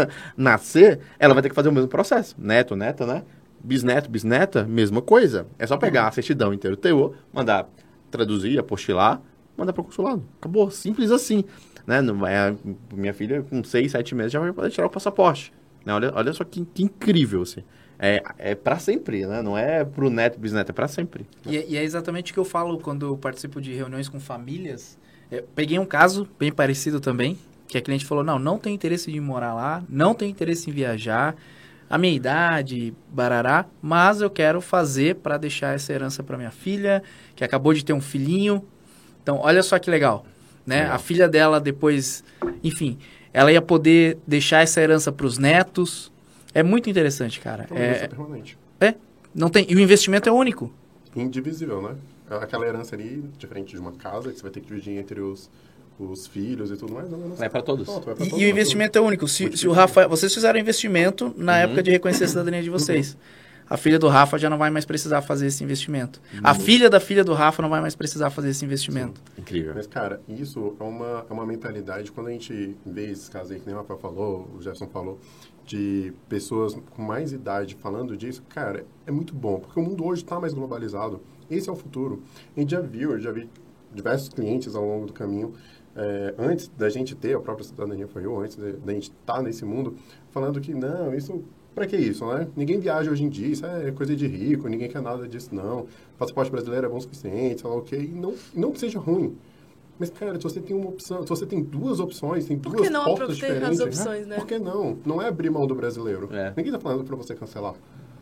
nascer, ela vai ter que fazer o mesmo processo. Neto, neta, né? Bisneto, bisneta, mesma coisa. É só pegar a certidão inteira T O, mandar traduzir, apostilar, mandar para o consulado. Acabou, simples assim. Né? Não é, minha filha, com seis, sete meses, já vai poder tirar o passaporte. Né? Olha, olha só que, que incrível, assim. É, é para sempre, né? Não é pro neto, bisneto, é para sempre. E, e é exatamente o que eu falo quando eu participo de reuniões com famílias. Eu peguei um caso bem parecido também, que a cliente falou, não, não tenho interesse em morar lá, não tenho interesse em viajar, a minha idade, barará, mas eu quero fazer para deixar essa herança para minha filha, que acabou de ter um filhinho. Então, olha só que legal, né? É. A filha dela depois, enfim, ela ia poder deixar essa herança para os netos. É muito interessante, cara. Então, é permanente. É, não tem, e o investimento é único. Indivisível, né? Aquela herança ali, diferente de uma casa, que você vai ter que dividir entre os... os filhos e tudo mais. Não, não é para todos. Pronto, é pra e, todos. E o investimento é único. Se, se o Rafa, vocês fizeram investimento na uhum. época de reconhecer a cidadania de vocês. Uhum. A filha do Rafa já não vai mais precisar fazer esse investimento. Uhum. A filha da filha do Rafa não vai mais precisar fazer esse investimento. Sim. Incrível. Mas, cara, isso é uma, é uma mentalidade, quando a gente vê esses casos aí, que nem o Rafa falou, o Gerson falou, de pessoas com mais idade falando disso, cara, é muito bom, porque o mundo hoje está mais globalizado. Esse é o futuro. A gente já viu, eu já vi diversos clientes ao longo do caminho, É, antes da gente ter, a própria cidadania foi eu, antes da gente estar nesse mundo, falando que, não, isso, pra que isso, né? Ninguém viaja hoje em dia, isso é coisa de rico, ninguém quer nada disso, não. O passaporte brasileiro é bom o suficiente, sei lá o quê, e não, não que seja ruim. Mas, cara, se você tem uma opção, se você tem duas opções, tem duas portas diferentes... Por que não as opções, né? Por que não? Não é abrir mão do brasileiro. É. Ninguém tá falando pra você cancelar.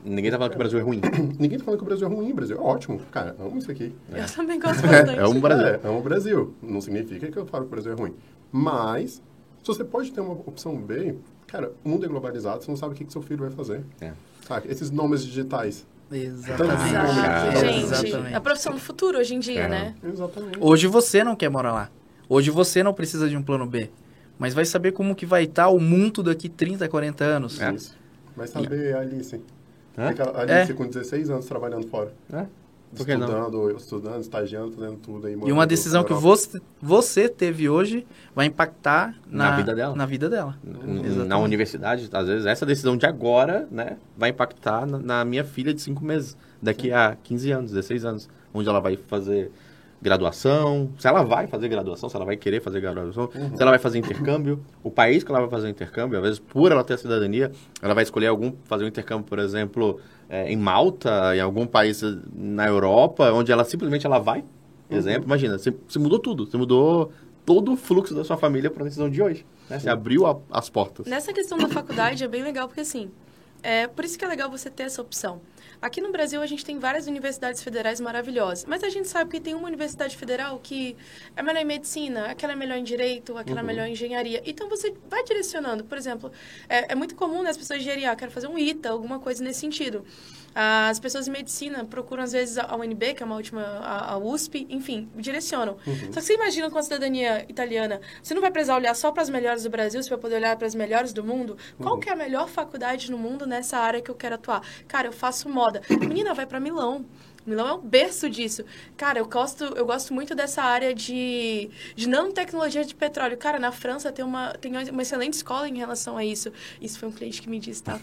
Ninguém tá falando que o Brasil é ruim. Ninguém tá falando que o Brasil é ruim. O Brasil é ótimo. Cara, amo isso aqui. Eu também gosto bastante. É um Brasil. É, amo o Brasil. Não significa que eu falo que o Brasil é ruim. Mas, se você pode ter uma opção B, cara, o mundo é globalizado, você não sabe o que, que seu filho vai fazer. É. Sabe? Esses nomes digitais. Exatamente. Exato, gente. Exatamente. É a profissão do futuro hoje em dia, É. né? Exatamente. Hoje você não quer morar lá. Hoje você não precisa de um plano B. Mas vai saber como que vai estar o mundo daqui trinta, quarenta anos. É. Isso. Vai saber a Alice. Hã? Fica a Alice É. com dezesseis anos trabalhando fora. É? Por que não? Estudando, estudando, estagiando, fazendo tudo aí. E morando uma decisão que na Europa. você, você teve hoje vai impactar na, Na vida dela. Na vida dela. N- Exatamente. Na universidade, às vezes, essa decisão de agora, né, vai impactar na, na minha filha de cinco meses, daqui a quinze anos, dezesseis anos, onde ela vai fazer graduação, se ela vai fazer graduação, se ela vai querer fazer graduação, Uhum. se ela vai fazer intercâmbio, o país que ela vai fazer o intercâmbio, às vezes, por ela ter a cidadania, ela vai escolher algum, fazer um intercâmbio, por exemplo, é, em Malta, em algum país na Europa, onde ela simplesmente ela vai, exemplo, imagina, você, você mudou tudo, você mudou todo o fluxo da sua família para a decisão de hoje, né? Você abriu a- as portas. Nessa questão da faculdade é bem legal, porque assim, é por isso que é legal você ter essa opção. Aqui no Brasil a gente tem várias universidades federais maravilhosas, mas a gente sabe que tem uma universidade federal que é melhor em medicina, aquela é melhor em direito, aquela é melhor em engenharia. Então você vai direcionando. Por exemplo, é, é muito comum, né, as pessoas de engenharia, ah, quero fazer um I T A, alguma coisa nesse sentido. As pessoas de medicina procuram, às vezes, a U N B, que é uma última, a, a U S P, enfim, direcionam. Só que você imagina com a cidadania italiana, você não vai precisar olhar só para as melhores do Brasil, você vai poder olhar para as melhores do mundo? Qual que é a melhor faculdade no mundo nessa área que eu quero atuar? Cara, eu faço moda. Menina, vai para Milão. Milão é o berço disso. Cara, eu gosto, eu gosto muito dessa área de, de nanotecnologia de petróleo. Cara, na França tem uma, tem uma excelente escola em relação a isso. Isso foi um cliente que me disse, tá?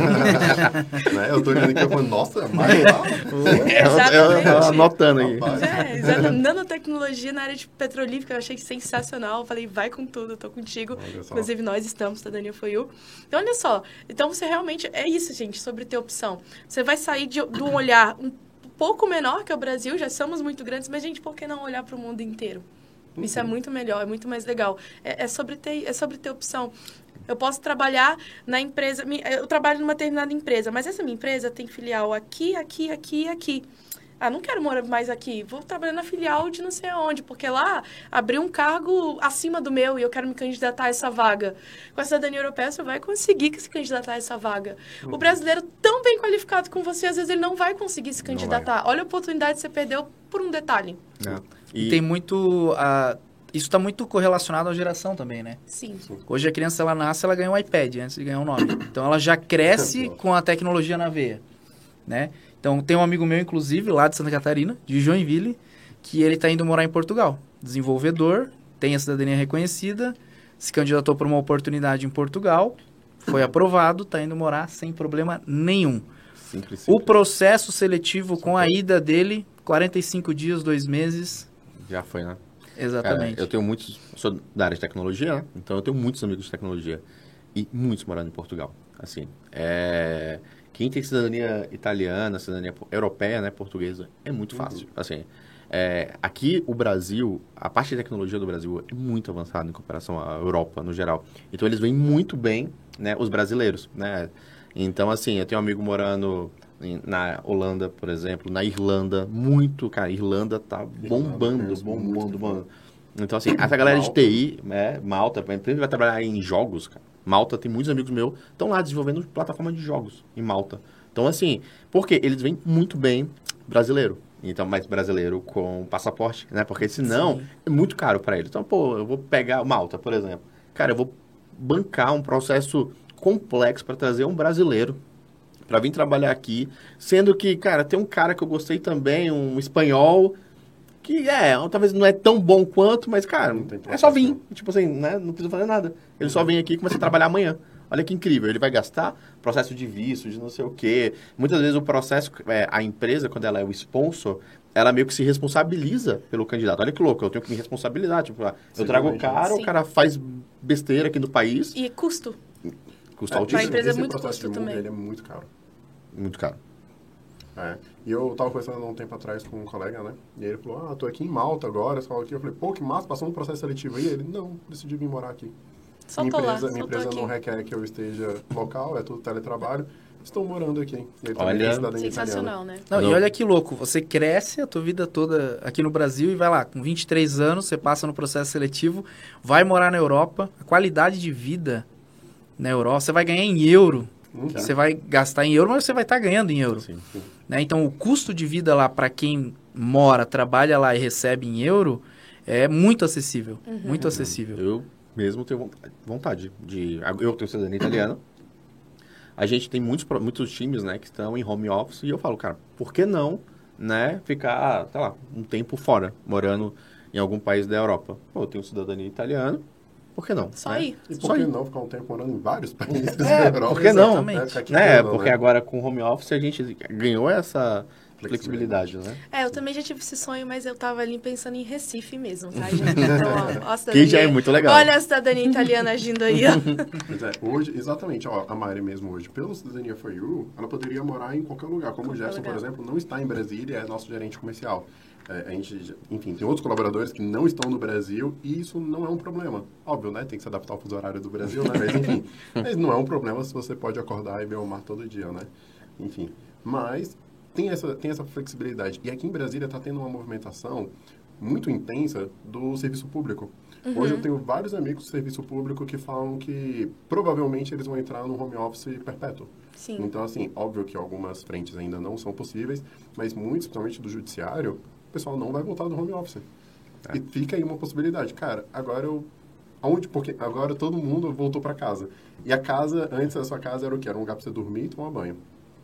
Né? Eu tô olhando aqui e falando, nossa, mas lá. É, eu, eu, eu anotando aqui. Rapaz. É, exato. Nanotecnologia na área de petrolífera, eu achei sensacional. Eu falei, vai com tudo, eu tô contigo. Olha só. Inclusive, nós estamos, tá, Daniel foi eu. Então, olha só. Então, você realmente... É isso, gente, sobre ter opção. Você vai sair de, de um olhar um pouco menor que o Brasil, já somos muito grandes, mas, gente, por que não olhar para o mundo inteiro? Isso é muito melhor, é muito mais legal. É, é, sobre ter, é sobre ter opção. Eu posso trabalhar na empresa... Eu trabalho numa determinada empresa, mas essa minha empresa tem filial aqui, aqui, aqui e aqui. Ah, não quero morar mais aqui. Vou trabalhar na filial de não sei aonde, porque lá abriu um cargo acima do meu e eu quero me candidatar a essa vaga. Com a cidadania europeia, você vai conseguir se candidatar a essa vaga. O brasileiro, tão bem qualificado como você, às vezes ele não vai conseguir se candidatar. Olha a oportunidade que você perdeu por um detalhe. É. E E tem muito... a isso está muito correlacionado à geração também, né? Sim. Hoje a criança, ela nasce, ela ganha um iPad antes de ganhar um nome. Então, ela já cresce com a tecnologia na veia, né? Então, tem um amigo meu, inclusive, lá de Santa Catarina, de Joinville, que ele está indo morar em Portugal. Desenvolvedor, tem a cidadania reconhecida, se candidatou para uma oportunidade em Portugal, foi aprovado, está indo morar sem problema nenhum. simples, O simples. processo seletivo com a ida dele, quarenta e cinco dias, dois meses. Já foi, né? Exatamente. Cara, eu tenho muitos... Eu sou da área de tecnologia, né? Então, eu tenho muitos amigos de tecnologia. E muitos morando em Portugal. Assim, é... Quem tem cidadania italiana, cidadania europeia, né, portuguesa, é muito fácil. Uhum. Assim, é, aqui o Brasil, a parte de tecnologia do Brasil é muito avançada em comparação à Europa, no geral. Então, eles veem muito bem, né, os brasileiros, né? Então, assim, eu tenho um amigo morando em, na Holanda, por exemplo, na Irlanda, muito, cara, Irlanda tá bombando, Irlanda, bombando, bombando. Então, assim, essa galera de T I, né, Malta, por exemplo, vai trabalhar em jogos, cara. Malta, tem muitos amigos meus que estão lá desenvolvendo plataforma de jogos em Malta. Então, assim, porque eles vêm muito bem brasileiro. Então, mais brasileiro com passaporte, né? Porque senão Sim. é muito caro para eles. Então, pô, eu vou pegar Malta, por exemplo. Cara, eu vou bancar um processo complexo para trazer um brasileiro para vir trabalhar aqui, sendo que, cara, tem um cara que eu gostei também, um espanhol, que é, talvez não é tão bom quanto, mas, cara, é só vir. Tipo assim, né? Não precisa fazer nada. Ele só vem aqui e começa a trabalhar amanhã. Olha que incrível. Ele vai gastar processo de visto, de não sei o quê. Muitas vezes o processo, é, a empresa, quando ela é o sponsor, ela meio que se responsabiliza pelo candidato. Olha que louco, eu tenho que me responsabilizar. Tipo, eu trago o cara, Sim. o cara faz besteira aqui no país. E custo. Custo é, altíssimo. Para a empresa é Esse muito processo custo de mundo, também. Ele é muito caro. Muito caro. É. E eu tava conversando há um tempo atrás com um colega, né? E ele falou, ah, tô aqui em Malta agora, só aqui. Eu falei, pô, que massa, passou um processo seletivo aí? Ele, não, decidi vir morar aqui. Só minha tô empresa, lá, minha só tô empresa aqui. não requer que eu esteja local, é tudo teletrabalho. estou morando aqui. Hein? Olha, sensacional, né? Não, e olha que louco, você cresce a tua vida toda aqui no Brasil e vai lá, com vinte e três anos, você passa no processo seletivo, vai morar na Europa, a qualidade de vida na Europa, você vai ganhar em euro, uhum. Você vai gastar em euro, mas você vai estar ganhando em euro. Sim, sim. Né? Então, o custo de vida lá, para quem mora, trabalha lá e recebe em euro, é muito acessível, uhum. muito acessível. Eu mesmo tenho vontade de... Eu tenho cidadania italiana. A gente tem muitos, muitos times, né, que estão em home office e eu falo, cara, por que não, né, ficar, sei lá, um tempo fora, morando em algum país da Europa? Pô, eu tenho cidadania italiana, por que não? Só né? ir. E por Só que ir. não ficar um tempo morando em vários países é, da Europa? Por que não? Né? né? Porque né? agora com home office a gente ganhou essa... flexibilidade, né? É, eu também já tive esse sonho, mas eu tava ali pensando em Recife mesmo, tá, gente? Então, ó, ó, que já é muito legal. Olha a cidadania italiana agindo aí, ó. Pois é, hoje, exatamente, ó, a Mari mesmo hoje, pela Cidadania For You, ela poderia morar em qualquer lugar, como qualquer o Gerson, lugar. por exemplo, não está em Brasília, é nosso gerente comercial. É, a gente, enfim, tem outros colaboradores que não estão no Brasil e isso não é um problema. Óbvio, né? Tem que se adaptar ao fuso horário do Brasil, né? Mas, enfim, mas não é um problema se você pode acordar e ver o mar todo dia, né? Enfim, mas... Tem essa, tem essa flexibilidade. E aqui em Brasília está tendo uma movimentação muito intensa do serviço público. Uhum. Hoje eu tenho vários amigos do serviço público que falam que provavelmente eles vão entrar no home office perpétuo. Sim. Então, assim, óbvio que algumas frentes ainda não são possíveis, mas muito, principalmente do judiciário, o pessoal não vai voltar do home office. É. E fica aí uma possibilidade. Cara, agora eu... Aonde? Porque agora todo mundo voltou para casa. E a casa, antes da sua casa, era o quê? Era um lugar para você dormir e tomar banho.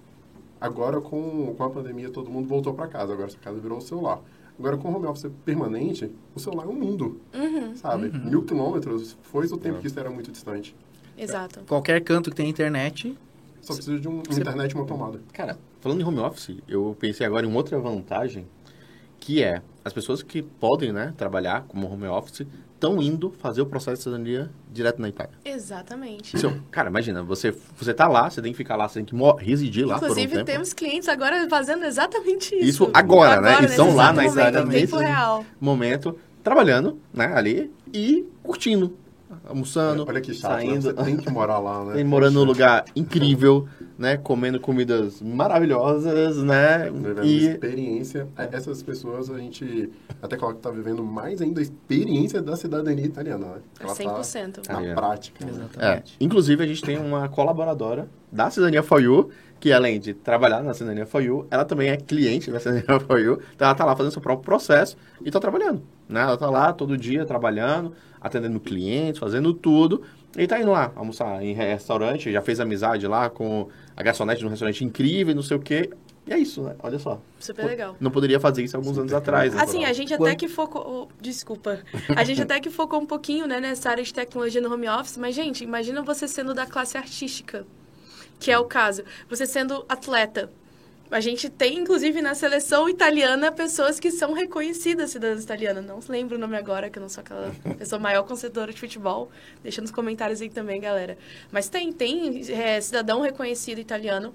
Agora, com, com a pandemia, todo mundo voltou para casa. Agora, sua casa virou o celular. Agora, com o home office permanente, o celular é um mundo, uhum. sabe? Uhum. Mil quilômetros foi o tempo é. que isso era muito distante. Exato. Qualquer canto que tem internet... Só precisa de um, uma internet e uma tomada. Cara, falando em home office, eu pensei agora em uma outra vantagem, que é as pessoas que podem, né, trabalhar como home office... estão indo fazer o processo de cidadania direto na Itália. Exatamente. Isso, cara, imagina, você, você tá lá, você tem que ficar lá, você tem que residir lá Inclusive, por um tempo. temos clientes agora fazendo exatamente isso. Isso agora, agora né? Eles estão lá na Itália nesse real. momento, trabalhando, né, ali e curtindo, almoçando, olha que chato, saindo. Né? Você tem que morar lá, né? Tem morando num lugar incrível, né? Comendo comidas maravilhosas, né? Vivendo e... experiência. Essas pessoas, a gente até coloca que tá vivendo mais ainda a experiência da cidadania italiana, né? Ela cem por cento. Tá na ah, é. prática. Né? Exatamente. É. Inclusive, a gente tem uma colaboradora da Cidadania For You, que além de trabalhar na Cidadania For You, ela também é cliente da Cidadania For You. Então, ela tá lá fazendo seu próprio processo e tá trabalhando, né? Ela tá lá todo dia trabalhando, atendendo clientes, fazendo tudo. E tá indo lá almoçar em restaurante, já fez amizade lá com a garçonete de um restaurante incrível, não sei o quê. E é isso, né? Olha só. Super legal. Não poderia fazer isso alguns anos atrás. Né? Assim, a gente até que focou... Oh, desculpa. A gente até que focou um pouquinho, né, nessa área de tecnologia no home office. Mas, gente, imagina você sendo da classe artística, que é o caso. Você sendo atleta. A gente tem, inclusive, na seleção italiana, pessoas que são reconhecidas cidadãs italianas. Não lembro o nome agora, que eu não sou aquela pessoa maior conhecedora de futebol. Deixa nos comentários aí também, galera. Mas tem, tem é, cidadão reconhecido italiano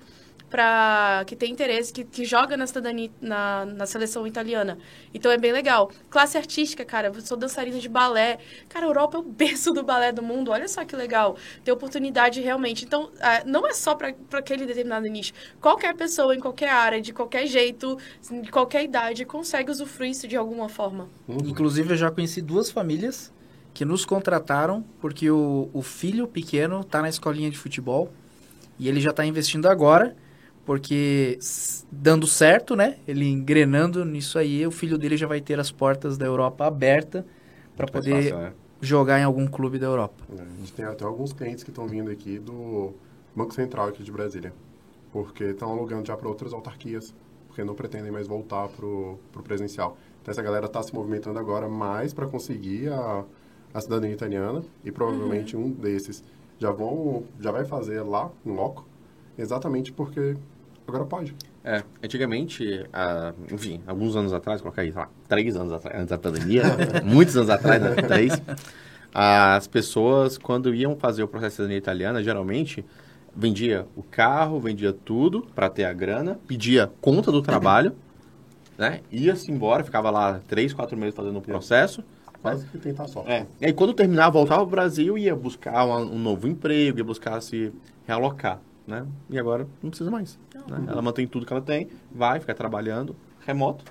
pra, que tem interesse, que, que joga na cidadania, na, na seleção italiana. Então, é bem legal. Classe artística, cara, eu sou dançarina de balé. Cara, a Europa é o berço do balé do mundo. Olha só que legal. Ter oportunidade realmente. Então, não é só para aquele determinado nicho. Qualquer pessoa, em qualquer área, de qualquer jeito, de qualquer idade, consegue usufruir isso de alguma forma. Uhum. Inclusive, eu já conheci duas famílias que nos contrataram porque o, o filho pequeno está na escolinha de futebol e ele já está investindo agora. Porque dando certo, né? Ele engrenando nisso aí, o filho dele já vai ter as portas da Europa abertas para poder fácil, né? jogar em algum clube da Europa. É, a gente tem até alguns clientes que estão vindo aqui do Banco Central aqui de Brasília, porque estão alugando já para outras autarquias, porque não pretendem mais voltar para o presencial. Então essa galera está se movimentando agora mais para conseguir a, a cidadania italiana e provavelmente uhum. um desses já, vão, já vai fazer lá, em loco, exatamente porque agora pode. É, antigamente, ah, enfim, alguns anos atrás, colocar aí, sei lá, três anos atrás, antes da pandemia, muitos anos atrás, né, três, as pessoas, quando iam fazer o processo de cidadania italiana, geralmente, vendia o carro, vendia tudo para ter a grana, pedia conta do trabalho, né, ia-se embora, ficava lá três, quatro meses fazendo o processo. Quase que tentar só. É, e aí quando terminava, voltava ao Brasil, ia buscar uma, um novo emprego, ia buscar se realocar. né? E agora não precisa mais. Não. Né? Ela mantém tudo que ela tem, vai ficar trabalhando remoto.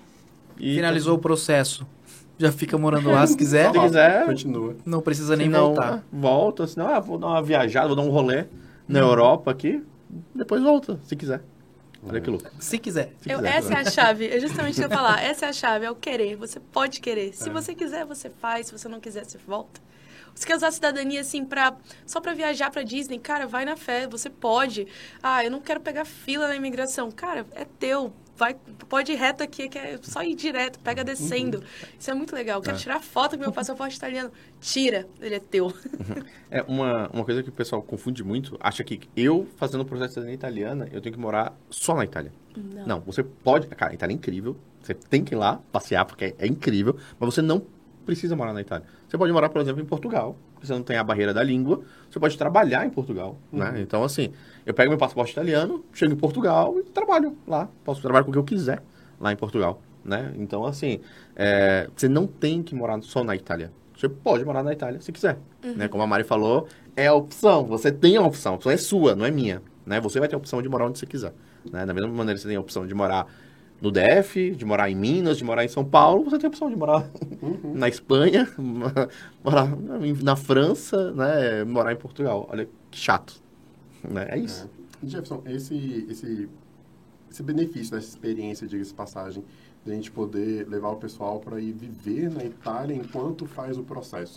E Finalizou o processo. Já fica morando lá se quiser. Se quiser, Continua. Não precisa nem se não, voltar. ah, volta. Se não, ah, vou dar uma viajada, vou dar um rolê na Europa aqui. Depois volta, se quiser. Olha que louco. Se quiser. Se Eu- quiser, essa é né? a chave, é justamente o que eu ia falar. Essa é a chave, é o querer. Você pode querer. Se É. você quiser, você faz. Se você não quiser, você volta. Você quer usar a cidadania, assim, pra, só pra viajar pra Disney? Cara, vai na fé, você pode. Ah, eu não quero pegar fila na imigração. Cara, é teu. Vai, pode ir reto aqui, que é só ir direto, pega descendo. Isso é muito legal. Eu quero É. tirar foto com meu passaporte italiano. Tira, ele é teu. É uma, uma coisa que o pessoal confunde muito, acha que eu, fazendo o processo de cidadania italiana, eu tenho que morar só na Itália. Não. Não, você pode... Cara, a Itália é incrível. Você tem que ir lá passear, porque é, é incrível. Mas você não precisa morar na Itália. Você pode morar, por exemplo, em Portugal. Porque você não tem a barreira da língua. Você pode trabalhar em Portugal, né? Então, assim, eu pego meu passaporte italiano, chego em Portugal e trabalho lá. Posso trabalhar com o que eu quiser lá em Portugal, né? Então, assim, é, você não tem que morar só na Itália. Você pode morar na Itália se quiser, né? Como a Mari falou, é a opção. Você tem a opção. A opção é sua, não é minha, né? Você vai ter a opção de morar onde você quiser, né? Da mesma maneira que você tem a opção de morar no D F, de morar em Minas, de morar em São Paulo, você tem a opção de morar na Espanha, morar na França, né? Morar em Portugal. Olha que chato, né? É isso. É. Jefferson, esse, esse, esse benefício dessa experiência, diga-se de passagem, de a gente poder levar o pessoal para ir viver na Itália enquanto faz o processo.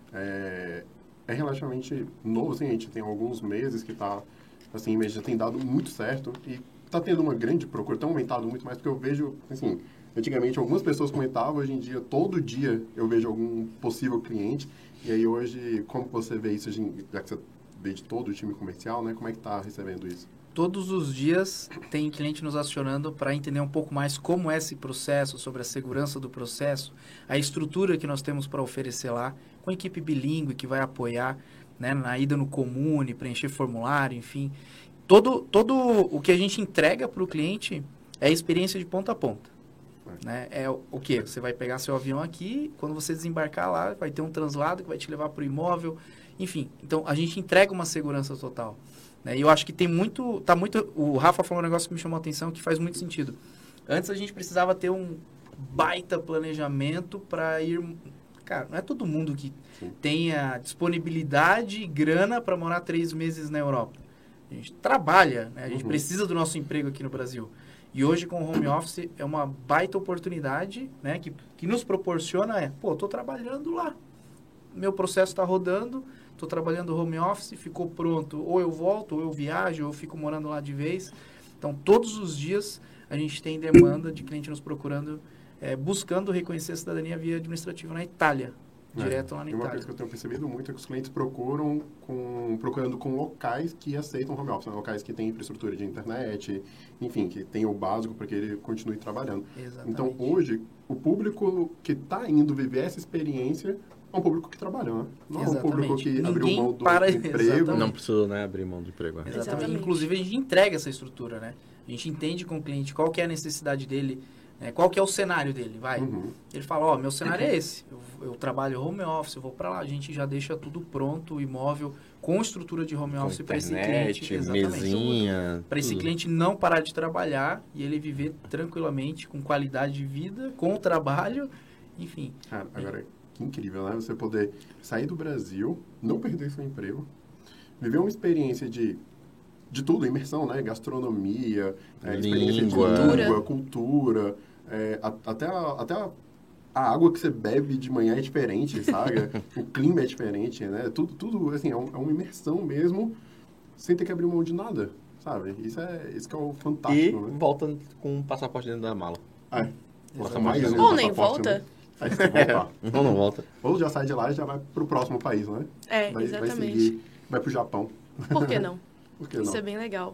É, é relativamente novo, assim, a gente tem alguns meses que está, assim, mas já tem dado muito certo e está tendo uma grande procura, tem aumentado muito mais, porque eu vejo, assim, antigamente algumas pessoas comentavam, hoje em dia, todo dia eu vejo algum possível cliente, e aí hoje, como você vê isso, já que você vê de todo o time comercial, né, como é que está recebendo isso? Todos os dias tem cliente nos acionando para entender um pouco mais como é esse processo, sobre a segurança do processo, a estrutura que nós temos para oferecer lá, com a equipe bilíngue que vai apoiar, né, na ida no Comune, preencher formulário, enfim. Todo, todo o que a gente entrega para o cliente é a experiência de ponta a ponta. É. Né? É o, o quê? Você vai pegar seu avião aqui, quando você desembarcar lá, vai ter um translado que vai te levar para o imóvel, enfim. Então, a gente entrega uma segurança total. Né? E eu acho que tem muito, tá muito... O Rafa falou um negócio que me chamou a atenção, que faz muito sentido. Antes a gente precisava ter um baita planejamento para ir... Cara, não é todo mundo que Sim. tenha disponibilidade e grana para morar três meses na Europa. A gente trabalha, né? A gente Uhum. precisa do nosso emprego aqui no Brasil. E hoje, com o home office, é uma baita oportunidade, né? Que, que nos proporciona é, pô, estou trabalhando lá. Meu processo está rodando, estou trabalhando home office, ficou pronto. Ou eu volto, ou eu viajo, ou eu fico morando lá de vez. Então, todos os dias, a gente tem demanda de cliente nos procurando, é, buscando reconhecer a cidadania via administrativa na Itália. Direto lá na E uma Itália. coisa que eu tenho percebido muito é que os clientes procuram com, procurando com locais que aceitam home office, né? Locais que têm infraestrutura de internet, enfim, que tem o básico para que ele continue trabalhando. Exatamente. Então, hoje, o público que está indo viver essa experiência é um público que trabalha, né? Não é um público Exatamente. que abriu Ninguém mão do para- emprego. Exatamente. Não precisa, né, abrir mão do emprego. é. Exatamente. Exatamente. Inclusive, a gente entrega essa estrutura, né? A gente entende com o cliente qual que é a necessidade dele, né? Qual que é o cenário dele, vai. Uhum. Ele fala, ó, meu cenário é esse. Eu, eu trabalho home office, eu vou para lá. A gente já deixa tudo pronto, o imóvel, com estrutura de home Com office para esse internet, cliente. Exatamente. mesinha. Para esse tudo. cliente não parar de trabalhar e ele viver tranquilamente, com qualidade de vida, com o trabalho, enfim. Cara, agora, que incrível, né? Você poder sair do Brasil, não perder seu emprego, viver uma experiência de, de tudo, imersão, né? Gastronomia, é, experiência de Língua. língua, cultura, é, a- até, a, até a, a água que você bebe de manhã é diferente, sabe? O clima é diferente, né? Tudo, tudo assim, é, um- é uma imersão mesmo, sem ter que abrir mão de nada, sabe? Isso é, isso que é o E fantástico, né? volta com o passaporte dentro da mala. É. Bota Exatamente. mais um Ou nem passaporte, volta. né? Aí você voltar. Ou não volta. Ou já sai de lá e já vai pro próximo país, né? É, vai, vai exatamente. seguir, vai pro Japão. Por que não? Por que Isso não? é bem legal.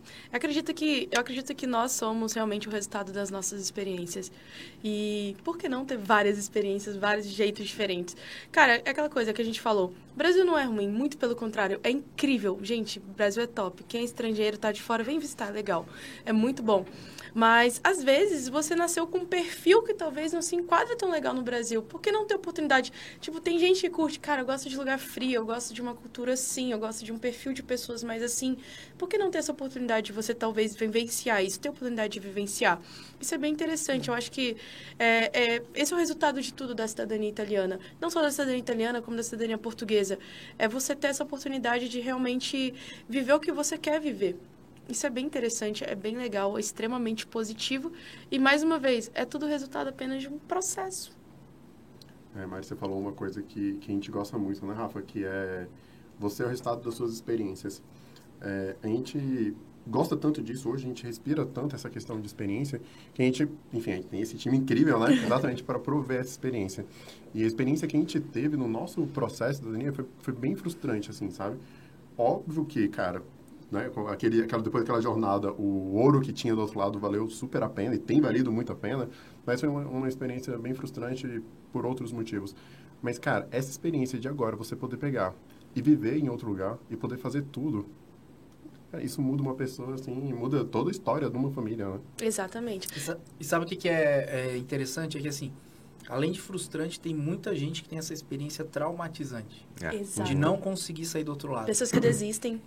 Eu acredito que, eu acredito que nós somos realmente o resultado das nossas experiências. E por que não ter várias experiências, vários jeitos diferentes? Cara, é aquela coisa que a gente falou. O Brasil não é ruim, muito pelo contrário. É incrível. Gente, o Brasil é top. Quem é estrangeiro, tá de fora, vem visitar, é legal. É muito bom. Mas, às vezes, você nasceu com um perfil que talvez não se enquadra tão legal no Brasil. Por que não ter oportunidade? Tipo, tem gente que curte, cara, eu gosto de lugar frio, eu gosto de uma cultura assim, eu gosto de um perfil de pessoas mais assim. Por que não ter essa oportunidade de você, talvez, vivenciar isso? Ter a oportunidade de vivenciar. Isso é bem interessante. Eu acho que é, é, esse é o resultado de tudo da cidadania italiana. Não só da cidadania italiana, como da cidadania portuguesa. É você ter essa oportunidade de realmente viver o que você quer viver. Isso é bem interessante, é bem legal, é extremamente positivo. E, mais uma vez, é tudo resultado apenas de um processo. É, Mari, você falou uma coisa que, que a gente gosta muito, né, Rafa? Que é você é o resultado das suas experiências. É, a gente gosta tanto disso hoje, a gente respira tanto essa questão de experiência, que a gente, enfim, a gente tem esse time incrível, né? Exatamente para prover essa experiência. E a experiência que a gente teve no nosso processo da cidadania foi, foi bem frustrante, assim, sabe? Óbvio que, cara... Né? Aquele, aquela, depois daquela jornada, o ouro que tinha do outro lado valeu super a pena e tem valido muito a pena, mas foi uma, uma experiência bem frustrante por outros motivos. Mas, cara, essa experiência de agora, você poder pegar e viver em outro lugar e poder fazer tudo, é, isso muda uma pessoa, assim, muda toda a história de uma família, né? Exatamente. E sabe o que, que é, é interessante? É que, assim, além de frustrante, tem muita gente que tem essa experiência traumatizante. É. Exato. De não conseguir sair do outro lado. Pessoas que desistem.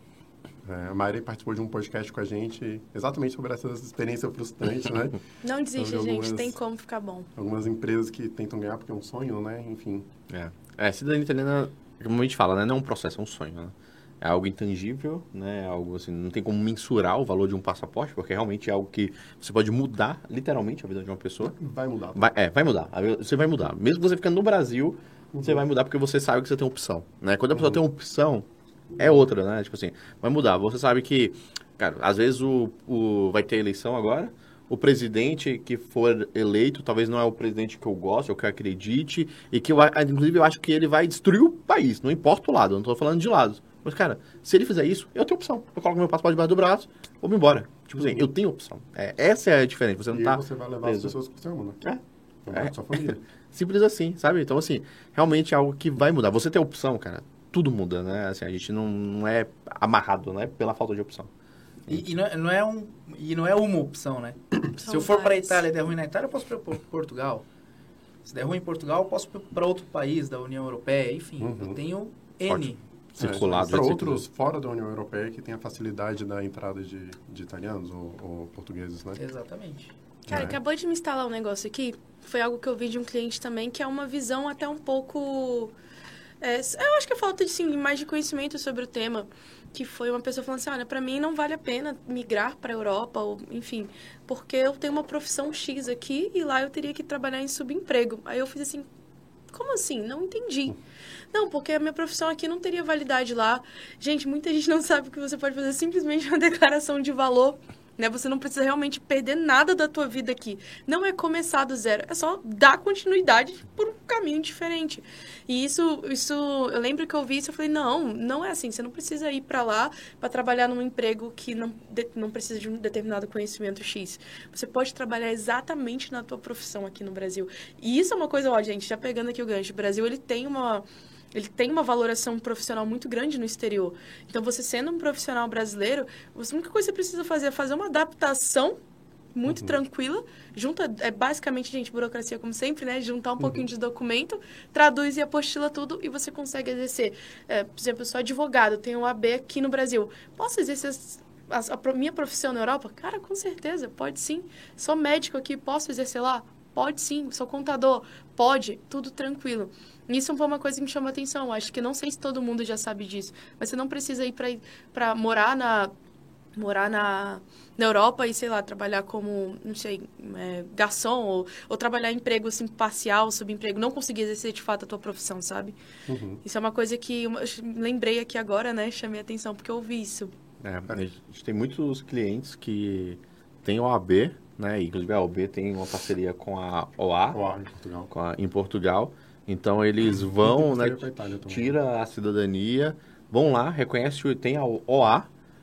É, a Mari participou de um podcast com a gente exatamente sobre essa experiência frustrante, né? Não desiste, Então, gente. algumas- Tem como ficar bom. Algumas empresas que tentam ganhar porque é um sonho, né? Enfim. É, é cidadania italiana, como a gente fala, né? Não é um processo, é um sonho, né? É algo intangível, né? É algo assim, não tem como mensurar o valor de um passaporte, porque realmente é algo que você pode mudar, literalmente, a vida de uma pessoa. Vai mudar. Vai, é, vai mudar. Você vai mudar. Mesmo você ficando no Brasil, você vai mudar porque você sabe que você tem opção, né? Quando a pessoa tem opção, é outra, né? Tipo assim, vai mudar. Você sabe que, cara, às vezes o, o vai ter eleição agora, o presidente que for eleito talvez não é o presidente que eu gosto, ou que eu acredite, e que eu, inclusive, eu acho que ele vai destruir o país, não importa o lado, eu não tô falando de lados. Mas, cara, se ele fizer isso, eu tenho opção. Eu coloco meu passaporte debaixo do braço, vou me embora. Tipo assim, eu tenho opção. É, essa é a diferença. Você não e tá você vai levar preso. as pessoas que você ama, né? É. Vai É. é. sua família. Simples assim, sabe? Então, assim, realmente é algo que vai mudar. Você tem opção, cara, tudo muda, né? Assim, a gente não, não é amarrado, né? Pela falta de opção. E, e não, é, não é um, e não é uma opção, né? Se eu for para a várias. Itália e der ruim na Itália, eu posso ir para Portugal. Se der ruim em Portugal, eu posso ir para outro país da União Europeia. Enfim, Uhum. eu tenho N. Pode. Circular, do para jeito que outros fora da União Europeia que tem a facilidade da entrada de, de italianos ou, ou portugueses, né? Exatamente. Cara, É. acabou de me instalar um negócio aqui. Foi algo que eu vi de um cliente também, que é uma visão até um pouco... é, eu acho que é falta de, sim, mais de conhecimento sobre o tema. Que foi uma pessoa falando assim, olha, pra mim não vale a pena migrar pra Europa, ou enfim, porque eu tenho uma profissão X aqui e lá eu teria que trabalhar em subemprego. Aí eu fiz assim, como assim? Não entendi. Não, porque a minha profissão aqui não teria validade lá. Gente, muita gente não sabe que você pode fazer simplesmente uma declaração de valor, né? Você não precisa realmente perder nada da tua vida aqui. Não é começar do zero, é só dar continuidade por um caminho diferente. E isso, isso eu lembro que eu vi isso, eu falei, não, não é assim. Você não precisa ir para lá para trabalhar num emprego que não, de, não precisa de um determinado conhecimento X. Você pode trabalhar exatamente na tua profissão aqui no Brasil. E isso é uma coisa, ó, gente, já pegando aqui o gancho, o Brasil, ele tem uma... Ele tem uma valoração profissional muito grande no exterior. Então, você sendo um profissional brasileiro, a única coisa que você precisa fazer é fazer uma adaptação muito Uhum. tranquila. Junta, é basicamente, gente, burocracia como sempre, né? Juntar um uhum. pouquinho de documento, traduz e apostila tudo e você consegue exercer. É, por exemplo, eu sou advogado, tenho um A B aqui no Brasil. Posso exercer a, a, a minha profissão na Europa? Cara, com certeza, pode sim. Sou médico aqui, posso exercer lá? Pode sim. Sou contador? Pode. Tudo tranquilo. Isso foi uma coisa que me chamou a atenção. Acho que não sei se todo mundo já sabe disso, mas você não precisa ir para morar na morar na, na Europa e, sei lá, trabalhar como, não sei, é, garçom ou, ou trabalhar em emprego assim, parcial, subemprego, não conseguir exercer de fato a tua profissão, sabe? Uhum. Isso é uma coisa que eu lembrei aqui agora, né? Chamei a atenção porque eu ouvi isso. É, a gente tem muitos clientes que têm O A B, né? Inclusive a O A B tem uma parceria com a O A, O A em Portugal. Com a, em Portugal. Então eles vão, né, Itália, tira a cidadania, vão lá, reconhece, tem a O A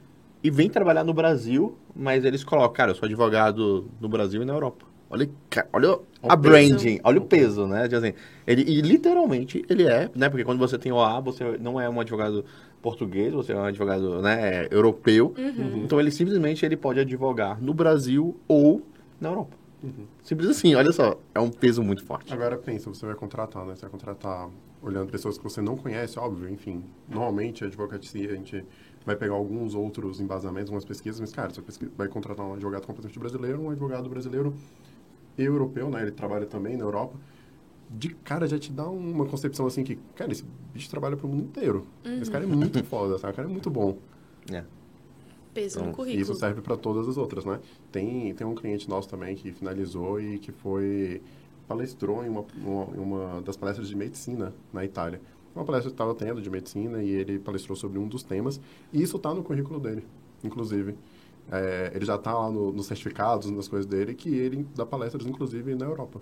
e vem trabalhar no Brasil, mas eles colocam, cara, eu sou advogado no Brasil e na Europa. Olha, cara, olha a branding, olha o peso, né? Assim, ele, e literalmente ele é, né? Porque quando você tem O A, você não é um advogado português, você é um advogado, né, europeu. Uhum. Então ele simplesmente ele pode advogar no Brasil ou na Europa. Uhum. Simples assim, olha só, é um peso muito forte. Agora pensa, você vai contratar, né? Você vai contratar olhando pessoas que você não conhece, óbvio, enfim. Normalmente a advocacia, a gente vai pegar alguns outros embasamentos, algumas pesquisas, mas, cara, você vai contratar um advogado completamente brasileiro, um advogado brasileiro e europeu, né? Ele trabalha também na Europa. De cara já te dá uma concepção assim que, cara, esse bicho trabalha pro mundo inteiro. Uhum. Esse cara é muito foda, sabe? O cara é muito bom. É. Peso no Então, currículo. isso serve para todas as outras, né? Tem, tem um cliente nosso também que finalizou e que foi... palestrou em uma, uma, uma das palestras de medicina na Itália. Uma palestra que estava tendo de medicina e ele palestrou sobre um dos temas. E isso está no currículo dele, inclusive. É, ele já está lá no, nos certificados, nas coisas dele, que ele dá palestras, inclusive, na Europa.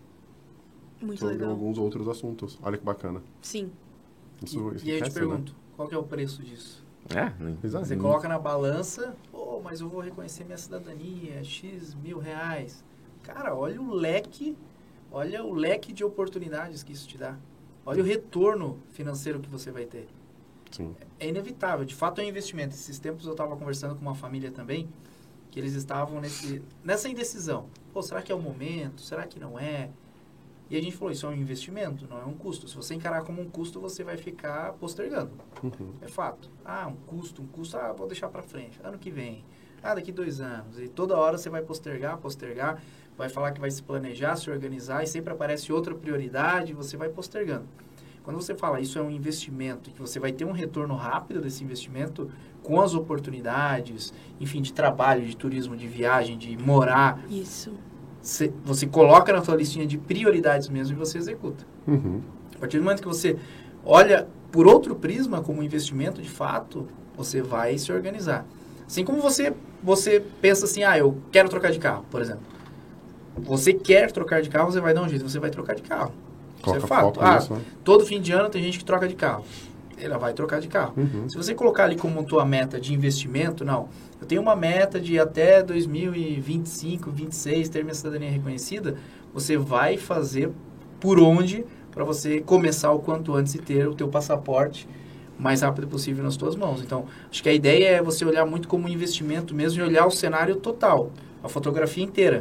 Muito sobre legal. alguns outros assuntos. Olha que bacana. Sim. Isso, e isso e aí eu te cresce, pergunto, né? qual que é o preço disso? É, Exato. Você coloca na balança, pô, mas eu vou reconhecer minha cidadania, X mil reais. Cara, olha o leque, olha o leque de oportunidades que isso te dá. Olha o retorno financeiro que você vai ter. Sim. É inevitável, de fato é um investimento. Esses tempos eu estava conversando com uma família também, que eles estavam nesse, nessa indecisão. Pô, será que é o momento? Será que não é? E a gente falou, isso é um investimento, não é um custo. Se você encarar como um custo, você vai ficar postergando. Uhum. É fato. Ah, um custo, um custo, ah, vou deixar para frente. Ano que vem. Ah, daqui dois anos. E toda hora você vai postergar, postergar, vai falar que vai se planejar, se organizar, e sempre aparece outra prioridade, você vai postergando. Quando você fala isso é um investimento, que você vai ter um retorno rápido desse investimento, com as oportunidades, enfim, de trabalho, de turismo, de viagem, de morar. Isso. Você, você coloca na sua listinha de prioridades mesmo e você executa. Uhum. A partir do momento que você olha por outro prisma como investimento, de fato, você vai se organizar. Assim como você, você pensa assim, ah, eu quero trocar de carro, por exemplo. Você quer trocar de carro, você vai dar um jeito, você vai trocar de carro. Isso é fato. Ah, nisso, né? Todo fim de ano tem gente que troca de carro. Ela vai trocar de carro. Uhum. Se você colocar ali como tua meta de investimento, não. Eu tenho uma meta de até dois mil e vinte e cinco, vinte e seis ter minha cidadania reconhecida. Você vai fazer por onde para você começar o quanto antes e ter o teu passaporte o mais rápido possível nas tuas mãos. Então, acho que a ideia é você olhar muito como um investimento mesmo e olhar o cenário total, a fotografia inteira,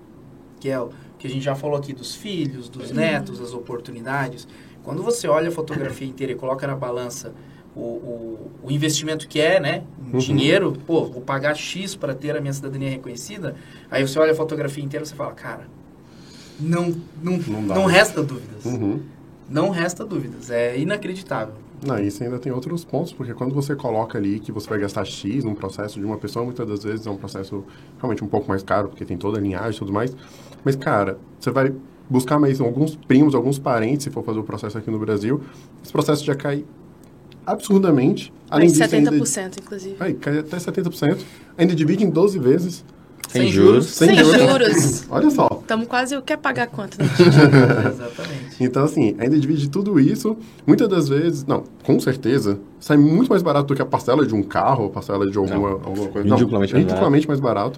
que é o que a gente já falou aqui dos filhos, dos netos, as oportunidades. Quando você olha a fotografia inteira e coloca na balança o, o, o investimento que é, né? Em dinheiro, pô, vou pagar X para ter a minha cidadania reconhecida. Aí você olha a fotografia inteira e você fala, cara, não, não, não, não resta dúvidas. Uhum. Não resta dúvidas. É inacreditável. Não, isso ainda tem outros pontos, porque quando você coloca ali que você vai gastar X num processo de uma pessoa, muitas das vezes é um processo realmente um pouco mais caro, porque tem toda a linhagem e tudo mais. Mas, cara, você vai buscar mais alguns primos, alguns parentes, se for fazer o processo aqui no Brasil, esse processo já cai absurdamente. Além Mais disso, setenta por cento, ainda, inclusive. aí, cai até setenta por cento. Ainda divide em doze vezes. Sem, sem juros. Sem, sem juros. juros. Olha só. Estamos quase... Quer pagar quanto? Né? Exatamente. Então, assim, ainda divide tudo isso. Muitas das vezes, não, com certeza, sai muito mais barato do que a parcela de um carro, a parcela de alguma, alguma coisa. Ridiculamente, não, mais, ridiculamente mais barato.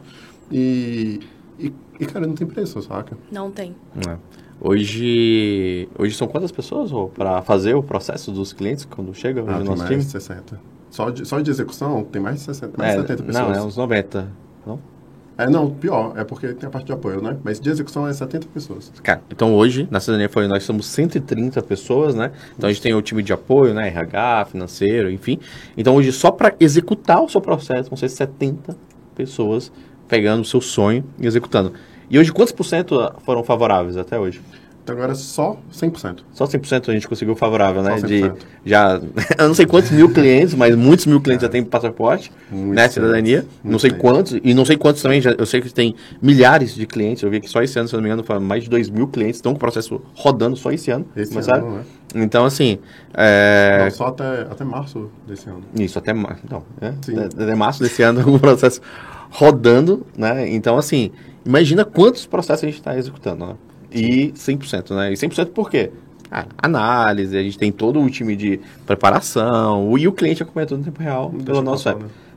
E, e, e, cara, não tem preço, saca? Não tem. É. Hoje, hoje são quantas pessoas para fazer o processo dos clientes quando chega Ah, no tem nosso mais time? de sessenta. Só de, só de execução tem mais de sessenta, mais é, de setenta pessoas. Não, é uns noventa, não? É, não, pior, é porque tem a parte de apoio, né? Mas de execução é setenta pessoas. Cara, então hoje, na Cidadania Folha, nós somos cento e trinta pessoas, né? Então a gente tem o time de apoio, né? R H, financeiro, enfim. Então hoje, só para executar o seu processo, vão ser setenta pessoas pegando o seu sonho e executando. E hoje, quantos por cento foram favoráveis até hoje? Então agora é só cem por cento. Só cem por cento a gente conseguiu favorável, né? Só cem por cento. De já, eu não sei quantos mil clientes, mas muitos mil clientes é. já têm passaporte, Muito né? Cidadania. Muito não sei bem. quantos, e não sei quantos também, já, eu sei que tem milhares de clientes. Eu vi que só esse ano, se eu não me engano, foi mais de dois mil clientes estão com o processo rodando só esse ano. Esse mas, ano, sabe? né? Então, assim. É... Não, só até, até março desse ano. Isso, até março. Não, é, Sim. até março desse ano o processo rodando, né? Então, assim, imagina quantos processos a gente está executando, né? E cem por cento, né? E cem por cento por quê? Ah, análise, a gente tem todo o time de preparação, e o cliente acompanha tudo no tempo real Não pelo deixa nosso passar, app. né?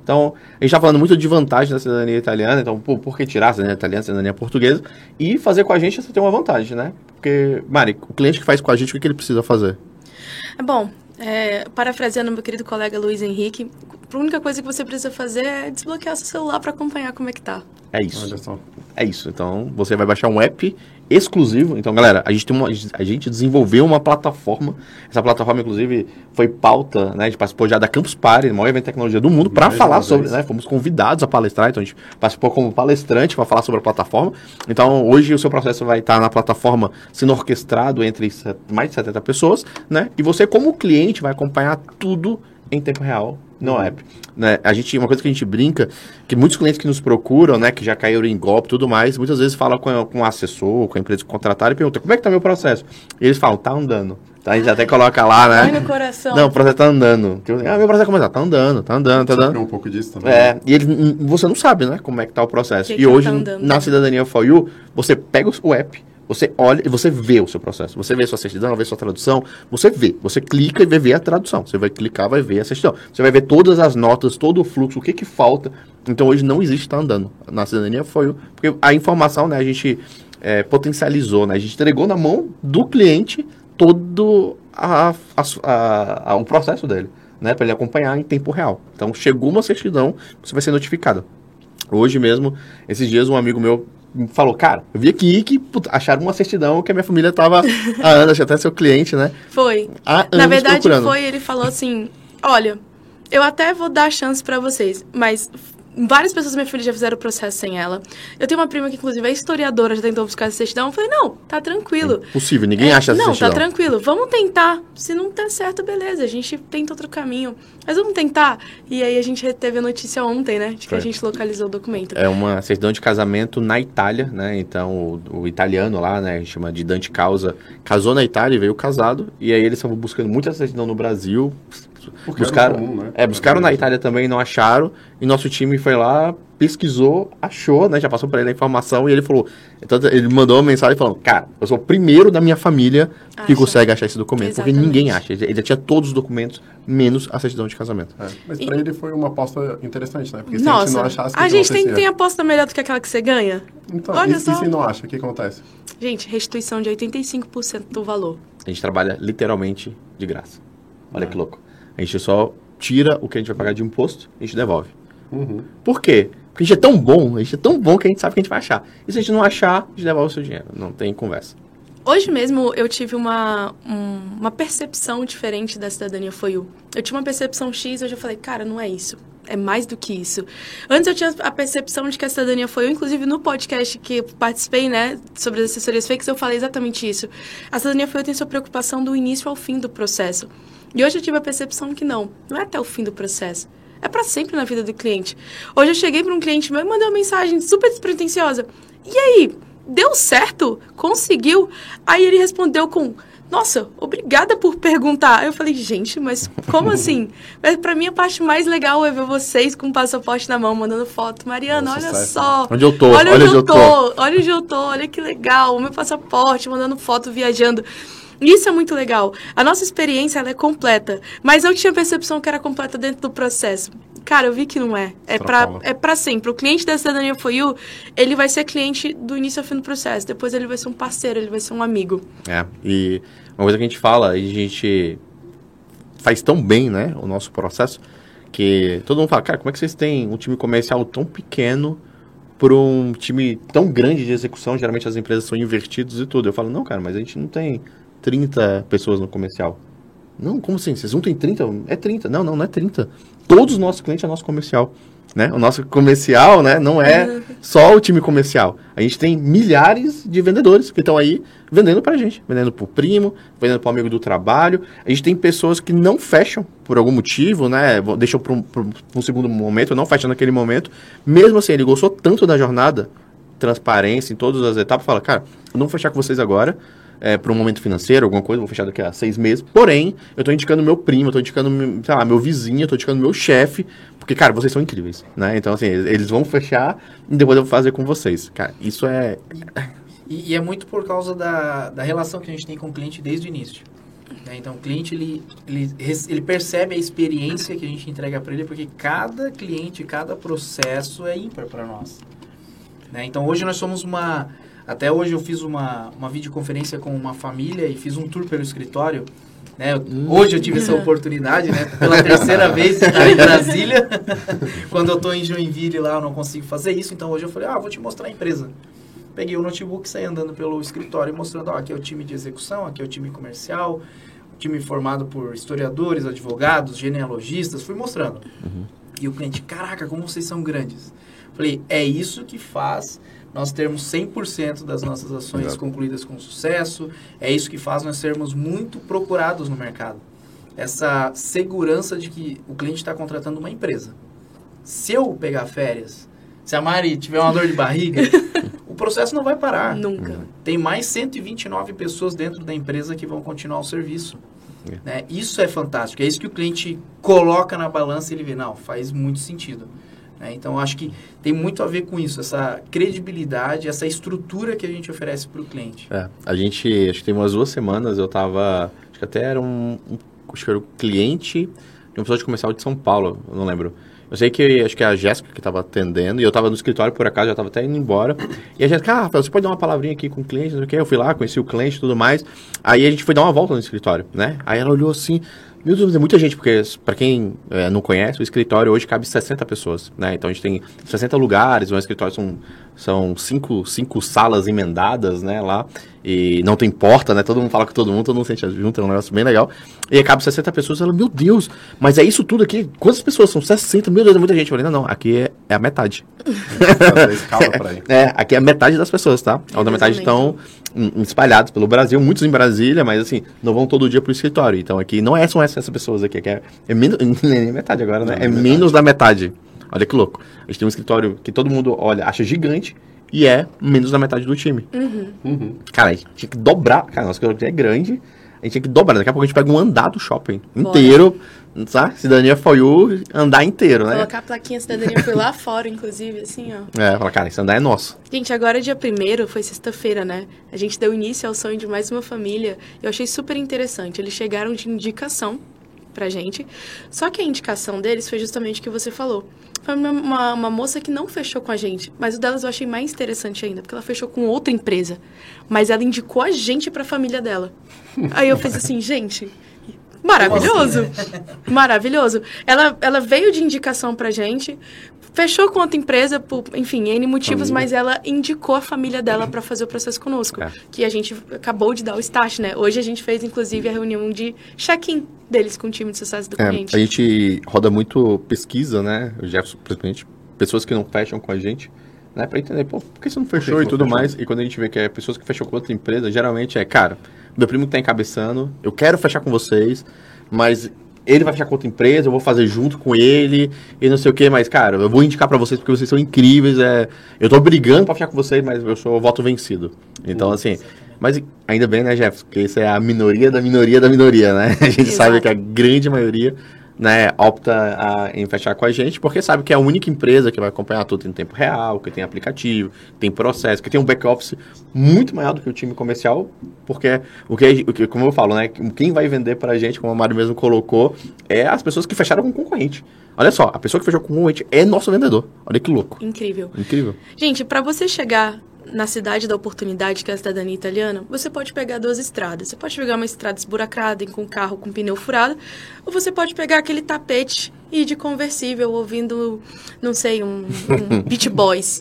Então, a gente está falando muito de vantagem da cidadania italiana, então por, por que tirar a cidadania italiana, a cidadania portuguesa, e fazer com a gente você tem uma vantagem, né? Porque, Mari, o cliente que faz com a gente, o que, que ele precisa fazer? É bom, é, parafraseando meu querido colega Luiz Henrique, a única coisa que você precisa fazer é desbloquear seu celular para acompanhar como é que tá. É isso. Olha só. É isso. Então, você vai baixar um app exclusivo. Então, galera, a gente, tem uma, a gente desenvolveu uma plataforma. Essa plataforma, inclusive, foi pauta, né? A gente participou já da Campus Party, o maior evento de tecnologia do mundo, para falar sobre, né? Fomos convidados a palestrar, então a gente participou como palestrante para falar sobre a plataforma. Então, hoje o seu processo vai estar na plataforma sendo orquestrado entre mais de setenta pessoas, né? E você, como cliente, vai acompanhar tudo em tempo real no app. Né? A gente, uma coisa que a gente brinca, que muitos clientes que nos procuram, né, que já caíram em golpe e tudo mais, muitas vezes falam com, com o assessor, com a empresa que contrataram e perguntam, como é que tá meu processo? E eles falam, tá andando. Então, a gente até coloca lá, né? Vai no coração. Não, o processo tá andando. Ah, meu processo como é que tá? Tá andando, tá andando, tá andando. um pouco disso também. É, e ele, você não sabe, né, como é que tá o processo. Que e que hoje, tá andando, na né? Cidadania for You, você pega o app, você olha e você vê o seu processo. Você vê a sua certidão, vê a sua tradução. Você vê. Você clica e vai ver a tradução. Você vai clicar, vai ver a certidão. Você vai ver todas as notas, todo o fluxo, o que que falta. Então, hoje não existe estar andando. Na Cidadania foi... Porque a informação, né, a gente é, potencializou, né? A gente entregou na mão do cliente todo a, a, a, a, o processo dele, né? Para ele acompanhar em tempo real. Então, chegou uma certidão, você vai ser notificado. Hoje mesmo, esses dias, um amigo meu falou, cara, eu vi aqui que puta, acharam uma certidão que a minha família tava há anos, acho até seu cliente, né? Foi. Há anos Na verdade, procurando. foi, ele falou assim, olha, eu até vou dar chance pra vocês, mas várias pessoas da minha família já fizeram o processo sem ela. Eu tenho uma prima que, inclusive, é historiadora, já tentou buscar essa certidão. Eu falei, não, tá tranquilo. Possível, ninguém é, acha essa não, certidão. Não, tá tranquilo. Vamos tentar. Se não der certo, beleza. A gente tenta outro caminho. Mas vamos tentar. E aí a gente teve a notícia ontem, né? De que Foi. a gente localizou o documento. É uma certidão de casamento na Itália, né? Então, o, o italiano lá, né? A gente chama de Dante Causa, casou na Itália e veio casado. E aí eles estavam buscando muito essa certidão no Brasil. Porque Buscaram, era comum, né? é, buscaram na Itália também, não acharam. E nosso time foi lá, pesquisou, achou, né? Já passou para ele a informação e ele falou... Então, ele mandou uma mensagem falando, cara, eu sou o primeiro da minha família que Acha. consegue achar esse documento. Exatamente. Porque ninguém acha. Ele ele já tinha todos os documentos, menos a certidão de casamento. É, mas pra E- ele foi uma aposta interessante, né? Porque se a gente Nossa, não achasse, o que a gente tem, acontecia? tem aposta melhor do que aquela que você ganha? Então, Olha e, só. e se não acha, o que acontece? Gente, restituição de oitenta e cinco por cento do valor. A gente trabalha literalmente de graça. Olha É. que louco. A gente só tira o que a gente vai pagar de imposto e a gente devolve. Uhum. Por quê? Porque a gente é tão bom, a gente é tão bom que a gente sabe que a gente vai achar. E se a gente não achar, a gente devolve o seu dinheiro. Não tem conversa. Hoje mesmo eu tive uma, um- uma percepção diferente da cidadania For You. Eu tinha uma percepção X, hoje eu falei, cara, não é isso. É mais do que isso. Antes eu tinha a percepção de que a cidadania For You, inclusive no podcast que eu participei, né, sobre as assessorias fakes, eu falei exatamente isso. A cidadania For You tem sua preocupação do início ao fim do processo. E hoje eu tive a percepção que não, não é até o fim do processo. É para sempre na vida do cliente. Hoje eu cheguei para um cliente meu e mandei uma mensagem super despretensiosa. E aí, deu certo? Conseguiu? Aí ele respondeu com, nossa, obrigada por perguntar. Eu falei, gente, mas como assim? Mas para mim a parte mais legal é ver vocês com o passaporte na mão, mandando foto. Mariana, Nossa, olha sucesso, só. Onde eu tô? Olha, Olha onde onde eu eu tô. tô. Olha onde eu tô. Olha que legal. O meu passaporte, mandando foto, viajando. Isso é muito legal. A nossa experiência, ela é completa. Mas eu tinha a percepção que era completa dentro do processo. Cara, eu vi que não é. É pra, Extrapola. é pra sempre. O cliente da Cidadania For You, ele vai ser cliente do início ao fim do processo. Depois ele vai ser um parceiro, ele vai ser um amigo. É, e uma coisa que a gente fala, e a gente faz tão bem, né, o nosso processo, que todo mundo fala, cara, como é que vocês têm um time comercial tão pequeno para um time tão grande de execução? Geralmente as empresas são invertidas e tudo. Eu falo, não, cara, mas a gente não tem trinta pessoas no comercial. Não, como assim? Vocês não tem trinta? É trinta. Não, não, não é trinta. Todos os nossos clientes é nosso comercial. Né? O nosso comercial, né, não é só o time comercial. A gente tem milhares de vendedores que estão aí vendendo pra gente. Vendendo pro primo, vendendo pro amigo do trabalho. A gente tem pessoas que não fecham por algum motivo, né? Deixam para um, pra um segundo momento, não fecham naquele momento. Mesmo assim, ele gostou tanto da jornada, transparência em todas as etapas, fala, cara, eu não vou fechar com vocês agora. É, para um momento financeiro, alguma coisa, vou fechar daqui a seis meses. Porém, eu tô indicando meu primo, eu tô indicando, sei lá, meu vizinho, eu tô indicando meu chefe, porque, cara, vocês são incríveis, né? Então, assim, eles, eles vão fechar e depois eu vou fazer com vocês. Cara, isso é... E, e é muito por causa da, da relação que a gente tem com o cliente desde o início. Né? Então, o cliente, ele, ele, ele percebe a experiência que a gente entrega para ele, porque cada cliente, cada processo é ímpar para nós. Né? Então, hoje nós somos uma... Até hoje eu fiz uma, uma videoconferência com uma família e fiz um tour pelo escritório. Né? Hoje eu tive essa oportunidade, né? Pela terceira vez em Brasília. Quando eu estou em Joinville lá, eu não consigo fazer isso. Então, hoje eu falei, ah, vou te mostrar a empresa. Peguei o notebook, saí andando pelo escritório mostrando, ó, aqui é o time de execução, aqui é o time comercial, time formado por historiadores, advogados, genealogistas, fui mostrando. Uhum. E o cliente, caraca, como vocês são grandes. Falei, é isso que faz nós termos cem por cento das nossas ações Exato. concluídas com sucesso, é isso que faz nós sermos muito procurados no mercado. Essa segurança de que o cliente está contratando uma empresa. Se eu pegar férias, se a Mari tiver uma dor de barriga, o processo não vai parar. Nunca. Tem mais cento e vinte e nove pessoas dentro da empresa que vão continuar o serviço. É. Né? Isso é fantástico. É isso que o cliente coloca na balança e ele vê, não, faz muito sentido. Né? Então, eu acho que tem muito a ver com isso, essa credibilidade, essa estrutura que a gente oferece para o cliente. É, a gente, acho que tem umas duas semanas, eu estava, acho que até era um, um, acho que era um cliente de um episódio comercial de São Paulo, eu não lembro. Eu sei que, acho que é a Jéssica que estava atendendo, e eu estava no escritório, por acaso, já estava até indo embora. E a Jéssica, ah, Rafael, você pode dar uma palavrinha aqui com o cliente, não sei o quê. Eu fui lá, conheci o cliente e tudo mais. Aí a gente foi dar uma volta no escritório, né? Aí ela olhou assim, meu Deus, é muita gente, porque para quem é, não conhece, o escritório hoje cabe sessenta pessoas, né? Então a gente tem sessenta lugares, o escritório são, são cinco, cinco salas emendadas, né, lá. E não tem porta, né? Todo mundo fala com todo mundo, todo mundo sente junto, é um negócio bem legal. E cabe sessenta pessoas, ela, meu Deus, mas é isso tudo aqui? Quantas pessoas? São sessenta, meu Deus, é muita gente. Eu falei, não, não, aqui é, é a metade. É, aqui é a metade das pessoas, tá? A outra metade estão espalhados pelo Brasil, muitos em Brasília, mas assim, não vão todo dia pro escritório. Então aqui não é, são essas pessoas aqui, aqui é, é menos, nem metade agora, né? Não, é metade. Menos da metade. Olha que louco. A gente tem um escritório que todo mundo olha, acha gigante, e é menos da metade do time. Uhum. Uhum. Cara, a gente tinha que dobrar. Cara, nosso escritório é grande, a gente tinha que dobrar. Daqui a pouco a gente pega um andar do shopping inteiro, sabe? Cidadania for you, andar inteiro, né? Colocar a plaquinha Cidadania foi lá fora, inclusive, assim, ó. É, falar, cara, esse andar é nosso. Gente, agora dia primeiro, foi sexta-feira, né? A gente deu início ao sonho de mais uma família. Eu achei super interessante. Eles chegaram de indicação pra gente. Só que a indicação deles foi justamente o que você falou. Foi uma, uma, uma moça que não fechou com a gente. Mas o delas eu achei mais interessante ainda, porque ela fechou com outra empresa. Mas ela indicou a gente pra família dela. Aí eu fiz assim, gente... Maravilhoso, maravilhoso. Ela, ela veio de indicação pra gente, fechou com outra empresa, por, enfim, N motivos, família. Mas ela indicou a família dela para fazer o processo conosco. É. Que a gente acabou de dar o start, né? Hoje a gente fez, inclusive, a reunião de check-in deles com o time de sucesso do é, cliente. A gente roda muito pesquisa, né? O Jefferson, principalmente, pessoas que não fecham com a gente, né? Pra entender, pô, por que você não fechou e tudo fechou? Mais? E quando a gente vê que é pessoas que fecham com outra empresa, geralmente é, cara... Meu primo que tá encabeçando, eu quero fechar com vocês, mas ele vai fechar com outra empresa, eu vou fazer junto com ele, e não sei o que, mas, cara, eu vou indicar pra vocês porque vocês são incríveis, é, eu tô brigando pra fechar com vocês, mas eu sou voto vencido. Então, assim, mas ainda bem, né, Jefferson, porque isso é a minoria da minoria da minoria, né? A gente Exato. Sabe que a grande maioria... Né, opta a, em fechar com a gente, porque sabe que é a única empresa que vai acompanhar tudo em tempo real, que tem aplicativo, tem processo, que tem um back-office muito maior do que o time comercial, porque, o que, o que, como eu falo, né, quem vai vender pra gente, como a Mari mesmo colocou, é as pessoas que fecharam com o concorrente. Olha só, a pessoa que fechou com o concorrente é nosso vendedor. Olha que louco. Incrível. Incrível. Gente, pra você chegar na cidade da oportunidade, que é a cidadania italiana, você pode pegar duas estradas. Você pode pegar uma estrada esburacrada, com um carro com pneu furado, ou você pode pegar aquele tapete e ir de conversível, ouvindo, não sei, um, um Beach Boys.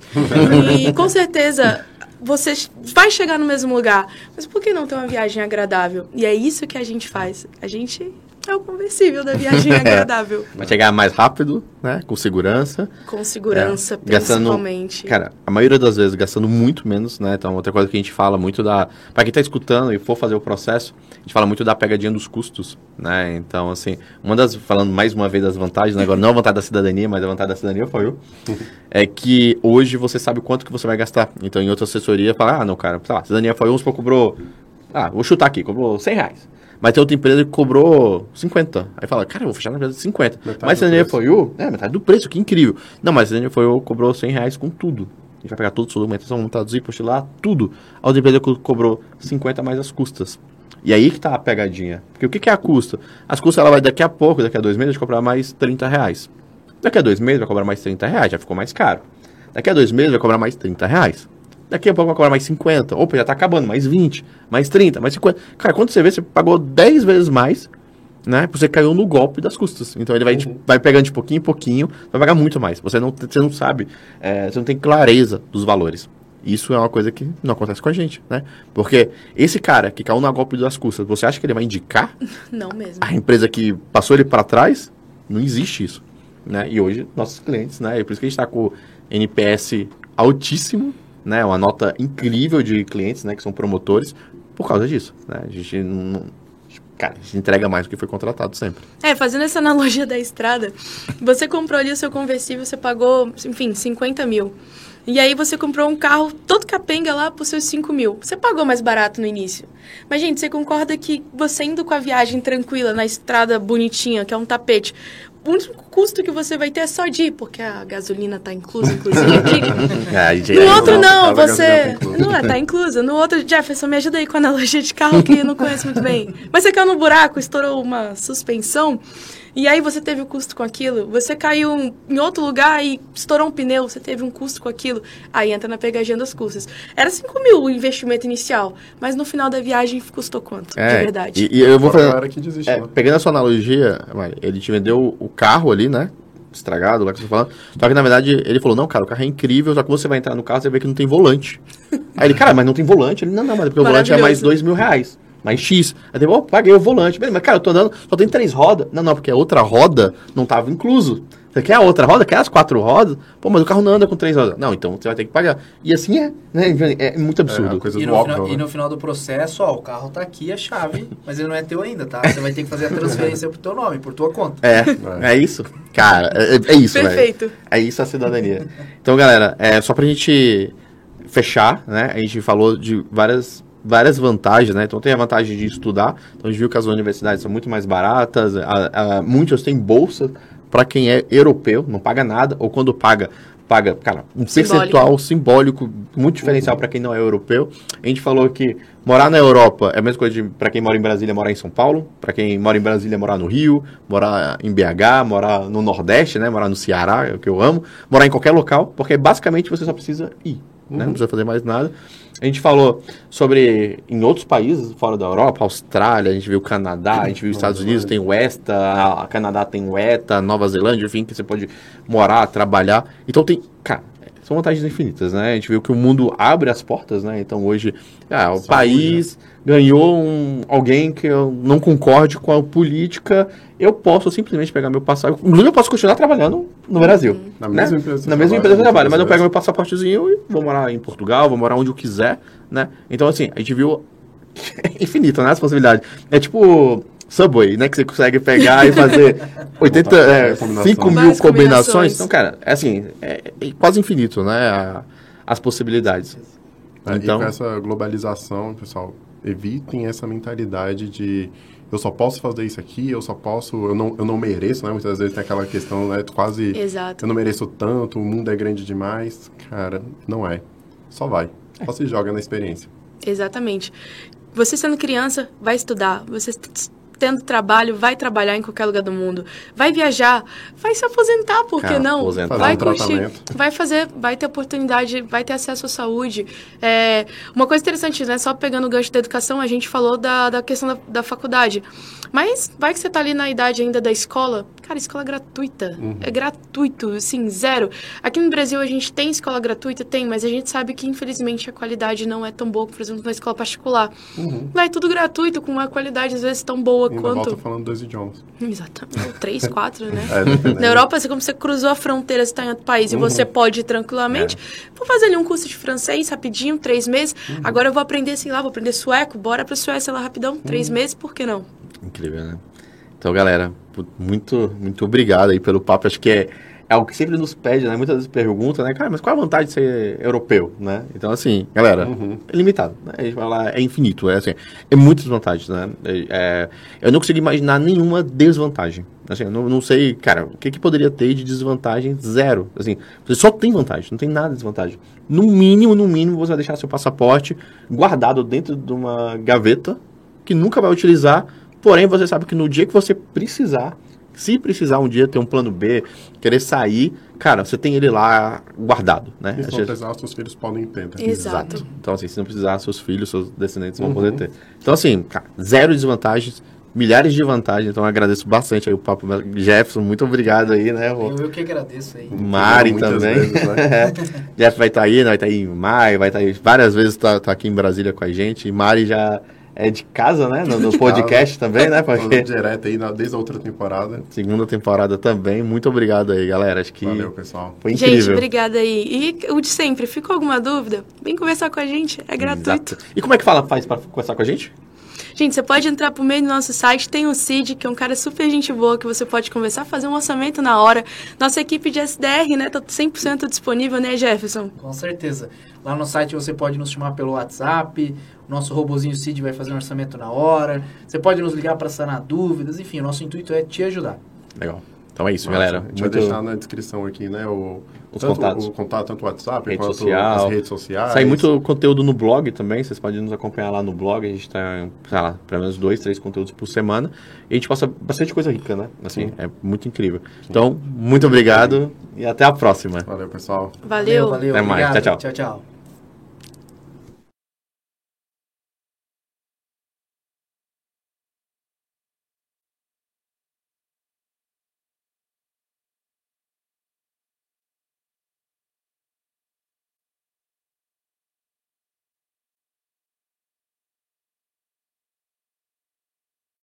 E com certeza você vai chegar no mesmo lugar. Mas por que não ter uma viagem agradável? E é isso que a gente faz. A gente... É o conversível da viagem agradável. Vai chegar mais rápido, né? Com segurança. Com segurança, é, principalmente. Gastando, cara, a maioria das vezes gastando muito menos, né? Então, outra coisa que a gente fala muito da... Para quem tá escutando e for fazer o processo, a gente fala muito da pegadinha dos custos, né? Então, assim, uma das... Falando mais uma vez das vantagens, né? Agora não a vantagem da cidadania, mas a vantagem da cidadania foi eu. É que hoje você sabe quanto que você vai gastar. Então, em outra assessoria, fala, ah, não, cara, sei lá, cidadania foi um, cobrou... Ah, vou chutar aqui, cobrou cem reais. Mas tem outra empresa que cobrou cinquenta. Aí fala, cara, eu vou fechar na empresa de cinquenta. Metade mas a Cidadania For You, é, metade do preço, que incrível. Não, mas a Cidadania For You cobrou cem reais com tudo. A gente vai pegar tudo, sua documentação, vamos traduzir, postular, tudo. A outra empresa co cobrou cinquenta mais as custas. E aí que tá a pegadinha. Porque o que, que é a custa? As custas, ela vai daqui a pouco, daqui a dois meses, cobrar mais trinta reais. Daqui a dois meses vai cobrar mais trinta reais, já ficou mais caro. Daqui a dois meses vai cobrar mais trinta reais. Daqui a pouco vai cobrar mais cinquenta. Opa, já tá acabando, mais vinte, mais trinta, mais cinquenta. Cara, quando você vê, você pagou dez vezes mais, né? Você caiu no golpe das custas. Então ele vai, uhum. tipo, vai pegando de pouquinho em pouquinho, vai pagar muito mais. Você não, você não sabe, é, você não tem clareza dos valores. Isso é uma coisa que não acontece com a gente, né? Porque esse cara que caiu no golpe das custas, você acha que ele vai indicar? Não mesmo. A empresa que passou ele para trás? Não existe isso, né? E hoje, nossos clientes, né? É por isso que a gente está com o N P S altíssimo, né? Uma nota incrível de clientes, né? Que são promotores, por causa disso, né? A gente não... Cara, a gente entrega mais do que foi contratado sempre. É, fazendo essa analogia da estrada, você comprou ali o seu conversível, você pagou, enfim, cinquenta mil. E aí você comprou um carro todo capenga lá por seus cinco mil. Você pagou mais barato no início. Mas, gente, você concorda que você indo com a viagem tranquila, na estrada bonitinha, que é um tapete, o único custo que você vai ter é só de ir, porque a gasolina tá inclusa, inclusive aqui. No outro não, você... Não é, tá inclusa. No outro, Jefferson, me ajuda aí com a analogia de carro, que eu não conheço muito bem. Mas você caiu no buraco, estourou uma suspensão, e aí você teve o custo com aquilo. Você caiu em outro lugar e estourou um pneu, você teve um custo com aquilo. Aí entra na pegadinha das custas. Era cinco mil o investimento inicial, mas no final da viagem custou quanto, é, de verdade? E, e eu vou fazer... Que desiste, é, né? Pegando a sua analogia, ele te vendeu o carro ali, né? Estragado, lá que você tá falando. Só que, na verdade, ele falou, não, cara, o carro é incrível, só que você vai entrar no carro e você vê que não tem volante. Aí ele, cara, mas não tem volante? Ele, não, não, mas porque o volante é mais dois mil reais. Mais X. Aí eu, oh, paguei o volante. Mas, cara, eu tô andando, só tem três rodas. Não, não, porque a outra roda não tava incluso. Você quer a outra roda? Quer as quatro rodas? Pô, mas o carro não anda com três rodas. Não, então você vai ter que pagar. E assim é, né? É muito absurdo. É, e, no final, e no final do processo, ó, o carro tá aqui, a chave, mas ele não é teu ainda, tá? Você vai ter que fazer a transferência pro teu nome, por tua conta. É, é, é isso. Cara, é, é isso, velho. Perfeito. É isso a cidadania. Então, galera, é, só pra gente fechar, né? A gente falou de várias... várias vantagens, né? Então tem a vantagem de estudar. Então a gente viu que as universidades são muito mais baratas, a, a, muitas têm bolsa para quem é europeu, não paga nada, ou quando paga, paga, cara, um percentual simbólico, muito diferencial uhum. para quem não é europeu. A gente falou que morar na Europa é a mesma coisa para quem mora em Brasília, morar em São Paulo, para quem mora em Brasília, morar no Rio, morar em B H, morar no Nordeste, né? Morar no Ceará, é o que eu amo, morar em qualquer local, porque basicamente você só precisa ir. Né? Não precisa fazer mais nada. A gente falou sobre em outros países fora da Europa, Austrália, a gente viu o Canadá, a gente viu os Estados Unidos, tem o ESTA, a Canadá tem o ETA, Nova Zelândia, enfim, que você pode morar, trabalhar. Então tem, cara, são vantagens infinitas, né? A gente viu que o mundo abre as portas, né? Então hoje, ah, o Saúde, país ganhou um, alguém que eu não concorde com a política, eu posso simplesmente pegar meu passaporte. Inclusive eu posso continuar trabalhando no Brasil. Uhum. Na mesma né? empresa. Na mesma empresa que eu trabalho, mas eu pego meu passaportezinho e vou morar em Portugal, vou morar onde eu quiser, né? Então assim, a gente viu infinito, né? As possibilidades. É tipo Subway, né? Que você consegue pegar e fazer oitenta, é, cinco mil combinações. combinações. Então, cara, é assim, é, é quase infinito, né? A, as possibilidades. É, então, e com essa globalização, pessoal, evitem essa mentalidade de eu só posso fazer isso aqui, eu só posso, eu não, eu não mereço, né? Muitas vezes tem aquela questão, né? Quase, Exato. Eu não mereço tanto, o mundo é grande demais. Cara, não é. Só vai. Só se joga na experiência. Exatamente. Você sendo criança, vai estudar. Você tendo trabalho, vai trabalhar em qualquer lugar do mundo. Vai viajar, vai se aposentar, por que não? Aposentar. Vai um curtir, vai fazer, vai ter oportunidade, vai ter acesso à saúde. É, uma coisa interessante, né? Só pegando o gancho da educação, a gente falou da, da questão da, da faculdade. Mas vai que você tá ali na idade ainda da escola, cara, escola gratuita. Uhum. É gratuito, assim, zero. Aqui no Brasil a gente tem escola gratuita, tem, mas a gente sabe que infelizmente a qualidade não é tão boa, por exemplo, na escola particular. Uhum. Lá é tudo gratuito, com uma qualidade às vezes tão boa ainda quanto... volta falando dois idiomas. Exatamente. Três, quatro, né? É, na Europa, assim, como você cruzou a fronteira, você está em outro país uhum. e você pode ir tranquilamente. É. Vou fazer ali um curso de francês rapidinho, três meses. Uhum. Agora eu vou aprender, sei lá, vou aprender sueco. Bora pra Suécia lá rapidão. Uhum. Três meses, por que não? Incrível, né? Então, galera, muito, muito obrigado aí pelo papo. Acho que é, é algo que sempre nos pede, né? Muitas vezes pergunta, né? Cara, mas qual a vantagem de ser europeu, né? Então, assim, galera, uhum. é limitado, né? A gente vai lá, é infinito, é assim, é muitas vantagens, né? É, é, eu não consigo imaginar nenhuma desvantagem. Assim, eu não, não sei, cara, o que, que poderia ter de desvantagem? Zero. Assim, você só tem vantagem, não tem nada de desvantagem. No mínimo, no mínimo, você vai deixar seu passaporte guardado dentro de uma gaveta, que nunca vai utilizar, porém você sabe que no dia que você precisar, se precisar um dia ter um plano B, querer sair, cara, você tem ele lá guardado, né? E se não precisar, seus filhos podem ter. Né? Exato. Então, assim, se não precisar, seus filhos, seus descendentes vão uhum. poder ter. Então, assim, cara, zero desvantagens, milhares de vantagens. Então, eu agradeço bastante aí o papo. Jefferson, muito obrigado aí, né? Eu, eu que agradeço aí. Mari também. Vezes, né? Jeff vai estar tá aí, vai estar tá aí em maio, vai estar tá aí várias vezes, tá, tá aqui em Brasília com a gente. E Mari já é de casa, né? No, no podcast também, né? Porque... direto aí, desde a outra temporada. Segunda temporada também. Muito obrigado aí, galera. Acho que valeu, pessoal. Foi incrível. Gente, obrigada aí. E o de sempre, ficou alguma dúvida? Vem conversar com a gente, é gratuito. Exato. E como é que fala, faz para conversar com a gente? Gente, você pode entrar por meio do nosso site, tem o Cid, que é um cara super gente boa, que você pode conversar, fazer um orçamento na hora. Nossa equipe de S D R, né, tá cem por cento disponível, né, Jefferson? Com certeza. Lá no site você pode nos chamar pelo WhatsApp, o nosso robozinho Cid vai fazer um orçamento na hora, você pode nos ligar para sanar dúvidas, enfim, o nosso intuito é te ajudar. Legal. Então é isso, Nossa, galera. A gente muito... vai deixar na descrição aqui, né, o, os tanto, contatos. O contato, tanto o WhatsApp rede quanto social. as redes sociais. Sai muito conteúdo no blog também, vocês podem nos acompanhar lá no blog, a gente tá, sei lá, pelo menos dois, três conteúdos por semana, e a gente passa bastante coisa rica, né? Assim, Sim. é muito incrível. Sim. Então, muito obrigado e até a próxima. Valeu, pessoal. Valeu. Valeu, valeu. Até mais. Obrigado. Tchau, tchau. Tchau, tchau.